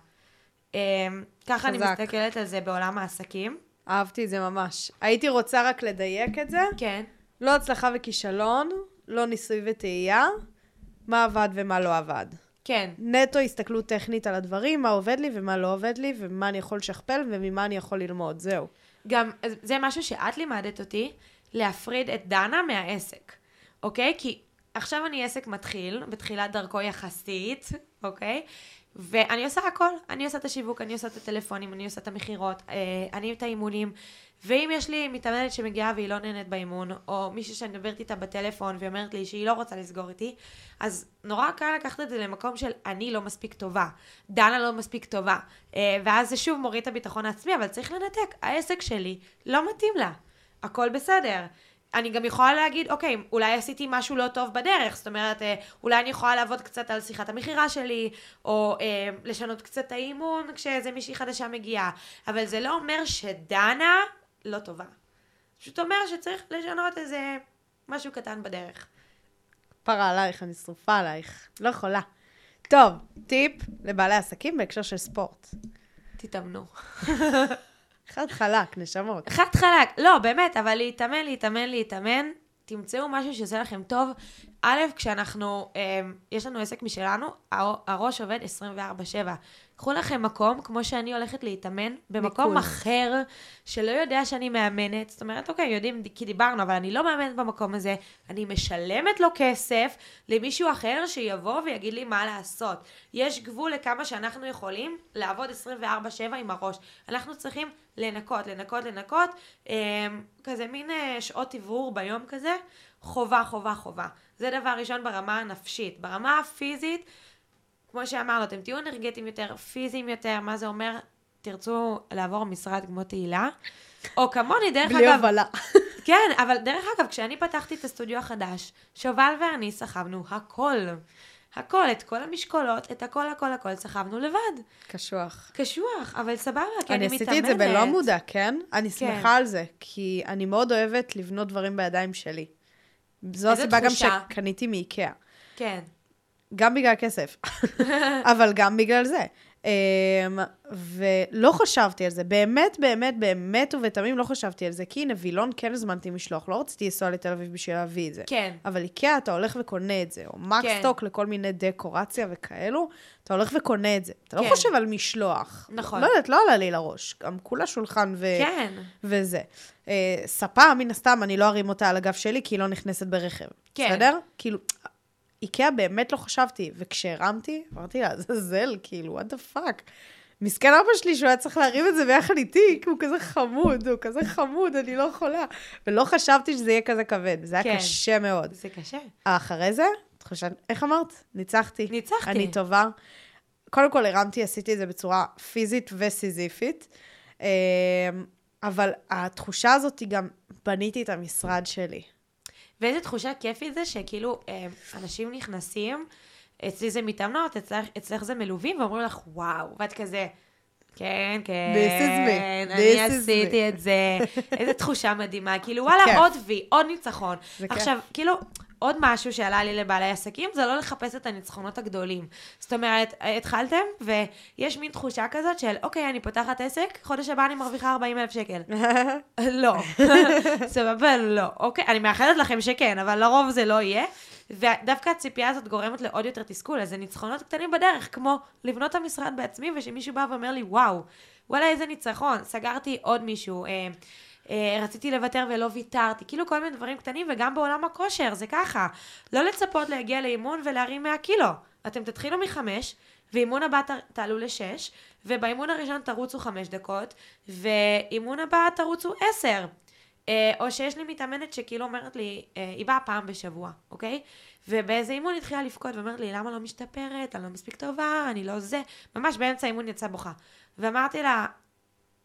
ככה אני מסתכלת על זה בעולם העסקים. אהבתי את זה ממש. הייתי רוצה רק לדייק את זה. כן. לא הצלחה וכישלון, לא ניסוי וטעייה, מה עבד ומה לא עבד. כן. נטו הסתכלות טכנית על הדברים, מה עובד לי ומה לא עובד לי, ומה אני יכול לשכפל וממה אני יכול ללמוד, זהו. גם זה משהו שאת לימדת אותי, להפריד את דנה מהעסק, אוקיי? כי עכשיו אני עסק מתחיל, בתחילת דרכו יחסית, אוקיי? ואני עושה הכל, אני עושה את השיווק, אני עושה את הטלפונים, אני עושה את המחירות, אני את האימונים, ואם יש לי מתאמנת שמגיעה והיא לא נהנית באימון, או מישהי שאני מדברת איתה בטלפון והיא אומרת לי שהיא לא רוצה לסגור איתי, אז נורא קל לקחת את זה למקום של אני לא מספיק טובה, דנה לא מספיק טובה, ואז זה שוב מוריד את הביטחון העצמי, אבל צריך לנתק, העסק שלי לא מתאים לה, הכל בסדר. אני גם יכולה להגיד, אוקיי, אולי עשיתי משהו לא טוב בדרך, זאת אומרת, אולי אני יכולה לעבוד קצת על שיחת המחירה שלי, או לשנות קצת האימון כשאיזה מישהי חדשה מגיעה, אבל זה לא אומר שדנה לא טובה. פשוט אומר שצריך לשנות איזה משהו קטן בדרך. פרה עלייך, אני שרופה עלייך, לא יכולה. טוב, טיפ לבעלי עסקים בהקשר של ספורט. תתאמנו. חד חלק, נשמות. חד חלק, לא, באמת, אבל להתאמן, תמצאו משהו שעושה לכם טוב. א', כשאנחנו, יש לנו עסק משלנו, הראש עובד 24/7. קחו לכם מקום, כמו שאני הולכת להתאמן, במקום אחר, שלא יודע שאני מאמנת. זאת אומרת, אוקיי, יודעים, כי דיברנו, אבל אני לא מאמנת במקום הזה. אני משלמת לו כסף למישהו אחר שיבוא ויגיד לי מה לעשות. יש גבול לכמה שאנחנו יכולים לעבוד 24/7 עם הראש. אנחנו צריכים לנקות, כזה מין שעות עיוור ביום כזה, חובה. זה דבר ראשון ברמה הנפשית. ברמה הפיזית, כמו שאמרנו, אתם תהיו אנרגטיים יותר, פיזיים יותר, מה זה אומר? תרצו לעבור משרד כמו תהילה, או כמוני, דרך אגב... בלי הובלה. כן, אבל דרך אגב, כשאני פתחתי את הסטודיו החדש, שובל ואני סחבנו הכל, את כל המשקולות, את הכל, סחבנו לבד. קשוח, אבל סבבה, כי אני מתאמנת. עשיתי את זה בלא מודע, כן? אני שמחה על זה, כי אני מאוד אוהבת לבנות דברים בידיים שלי. זו הסיבה גם שקניתי מאיקאה. כן. גם בגלל כסף, אבל גם בגלל זה. ולא חשבתי על זה, באמת ובתמים לא חשבתי על זה, כי הנה וילון כן הזמנתי משלוח, לא רציתי לנסוע לתל אביב בשביל להביא את זה. כן. אבל איקאה אתה הולך וקונה את זה, או מקסטוק לכל מיני דקורציה וכאלו, אתה הולך וקונה את זה. אתה לא חושב על משלוח. נכון. לא יודעת, לא עלה לי לראש, גם כולה שולחן וזה. ספה, מן הסתם, אני לא ארים אותה על הגב שלי, כי היא לא נכנסת ברכב. בסדר? כאילו... איקאה באמת לא חשבתי, וכשהרמתי, אמרתי לה, זזל, כאילו, what the fuck. מסכן אבא שלי שהוא היה צריך להרים את זה ביחד איתי, כי הוא כזה חמוד, אני לא יכולה. ולא חשבתי שזה יהיה כזה כבד, זה היה קשה מאוד. זה קשה. אחרי זה, איך אמרת? ניצחתי. אני טובה. קודם כל הרמתי, עשיתי את זה בצורה פיזית וסיזיפית, אבל התחושה הזאת היא גם בניתי את המשרד שלי. ואיזו תחושה כיפית זה שכאילו אנשים נכנסים, אצלי זה מתאמנות, אצלך זה מלווים, ואומרים לך, וואו, ואת כזה, כן, אני עשיתי את זה, איזו תחושה מדהימה, כאילו וואלה, עוד ניצחון. עכשיו, כאילו, עוד משהו שעלה לי לבעלי עסקים, זה לא לחפש את הניצחונות הגדולים. זאת אומרת, התחלתם, ויש מין תחושה כזאת של, אוקיי, אני פותחת עסק, חודש הבא אני מרוויחה 40,000 שקל. לא. סבבה, לא. אוקיי, אני מאחלת לכם שכן, אבל לרוב זה לא יהיה. ודווקא הציפייה הזאת גורמת לעוד יותר תסכול, אז זה ניצחונות קטנים בדרך, כמו לבנות המשרד בעצמי, ושמישהו בא ואומר לי, וואו, וואלה, איזה ניצחון, סגרתי עוד מישהו, רציתי לוותר ולא ויתרתי, כאילו כל מיני דברים קטנים, וגם בעולם הכושר, זה ככה. לא לצפות להגיע לאימון ולהרים 100 קילו. אתם תתחילו מ5, ואימון הבא תעלו ל6, ובאימון הראשון תרוצו 5 דקות, ואימון הבא תרוצו 10. או שיש לי מתאמנת שכאילו אומרת לי, היא באה פעם בשבוע, אוקיי? ובאיזה אימון התחילה לפקוד, ואומרת לי, למה לא משתפרת? אני לא מספיק טובה, אני לא זה. ממש באמצע האימון יצא בוכה. ואמרתי לה,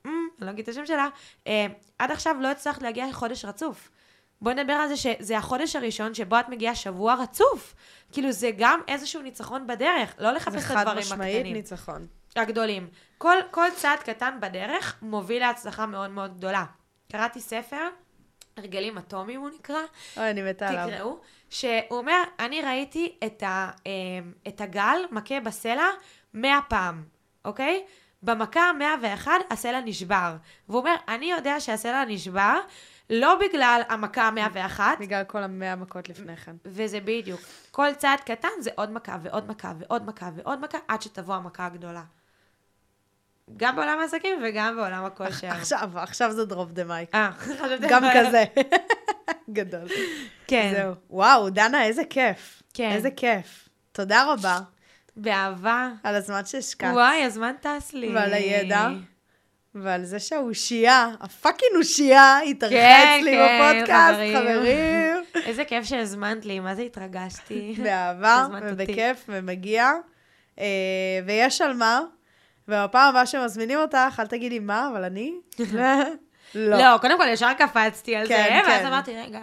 אני לא אגיד את השם שלה, עד עכשיו לא הצלחת להגיע חודש רצוף. בואי נדבר על זה שזה החודש הראשון שבו את מגיעה שבוע רצוף. כאילו זה גם איזשהו ניצחון בדרך, לא לחפש את הדברים הקטנים. זה חד משמעית ניצחון. הגדולים. כל צעד קטן בדרך מוביל להצלחה מאוד מאוד גדולה. קראתי ספר, הרגלים אטומיים הוא נקרא. אוי, אני מתה עליו. תקראו, שהוא אומר, אני ראיתי את הגל מכה בסלע 100 פעם, אוקיי? במכה 101 הסלע נשבר. והוא אומר, אני יודע שהסלע נשבר, לא בגלל המכה 101. בגלל כל 100 מכות לפני כן. וזה בדיוק. כל צעד קטן זה עוד מכה ועוד מכה ועוד מכה ועוד מכה, עד שתבוא המכה הגדולה. גם בעולם העסקים וגם בעולם הכושר. עכשיו זה דרופ דה מייק. חשבתי. גם כזה. גדול. כן. זהו. וואו, דנה, איזה כיף. כן. איזה כיף. תודה רבה. באהבה. על הזמן שהשקעת. וואי, הזמן טס לי. ועל הידע. ועל זה שהאושייה, הפאקינג אושייה, התארחה אצלי בפודקאסט, חברים. איזה כיף שהזמנת לי, מה זה התרגשתי. באהבה, ובכיף, ומגיע. ויש על מה. ובפעם הבאה שמזמינים אותך, אל תגידי מה, אבל אני? לא, קודם כל ישר קפצתי על זה, ואז אמרתי, רגע.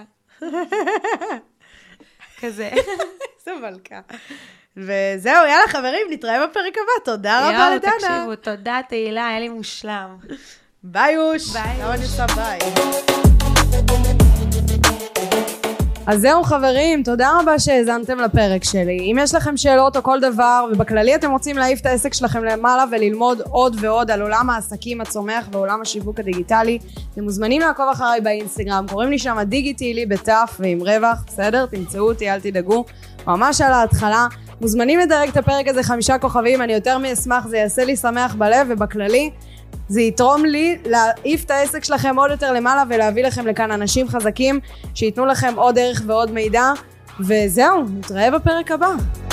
כזה. זה מלכה. וזהו, יאללה חברים, נתראה בפרק הבא, תודה רבה לדנה. תקשיבו, תודה תהילה, היה לי מושלם. ביי יוש. ביי. למה אני עושה ביי? אז זהו חברים, תודה רבה שהאזנתם לפרק שלי. אם יש לכם שאלות או כל דבר, ובכללי אתם רוצים להעיף את העסק שלכם למעלה וללמוד עוד ועוד על עולם העסקים הצומח ועולם השיווק הדיגיטלי, אתם מוזמנים לעקוב אחריי באינסטגרם, קוראים לי שם דיגיטילי בתף ועם רווח, בסדר? תמצאו אותי, אל תדאגו. ממש על ההתחלה. מוזמנים לדרג את הפרק הזה 5 כוכבים, אני יותר מאשמח, זה יעשה לי שמח בלב, ובכללי זה יתרום לי להעיף את העסק שלכם עוד יותר למעלה, ולהביא לכם לכאן אנשים חזקים, שיתנו לכם עוד ערך ועוד מידע, וזהו, נתראה בפרק הבא.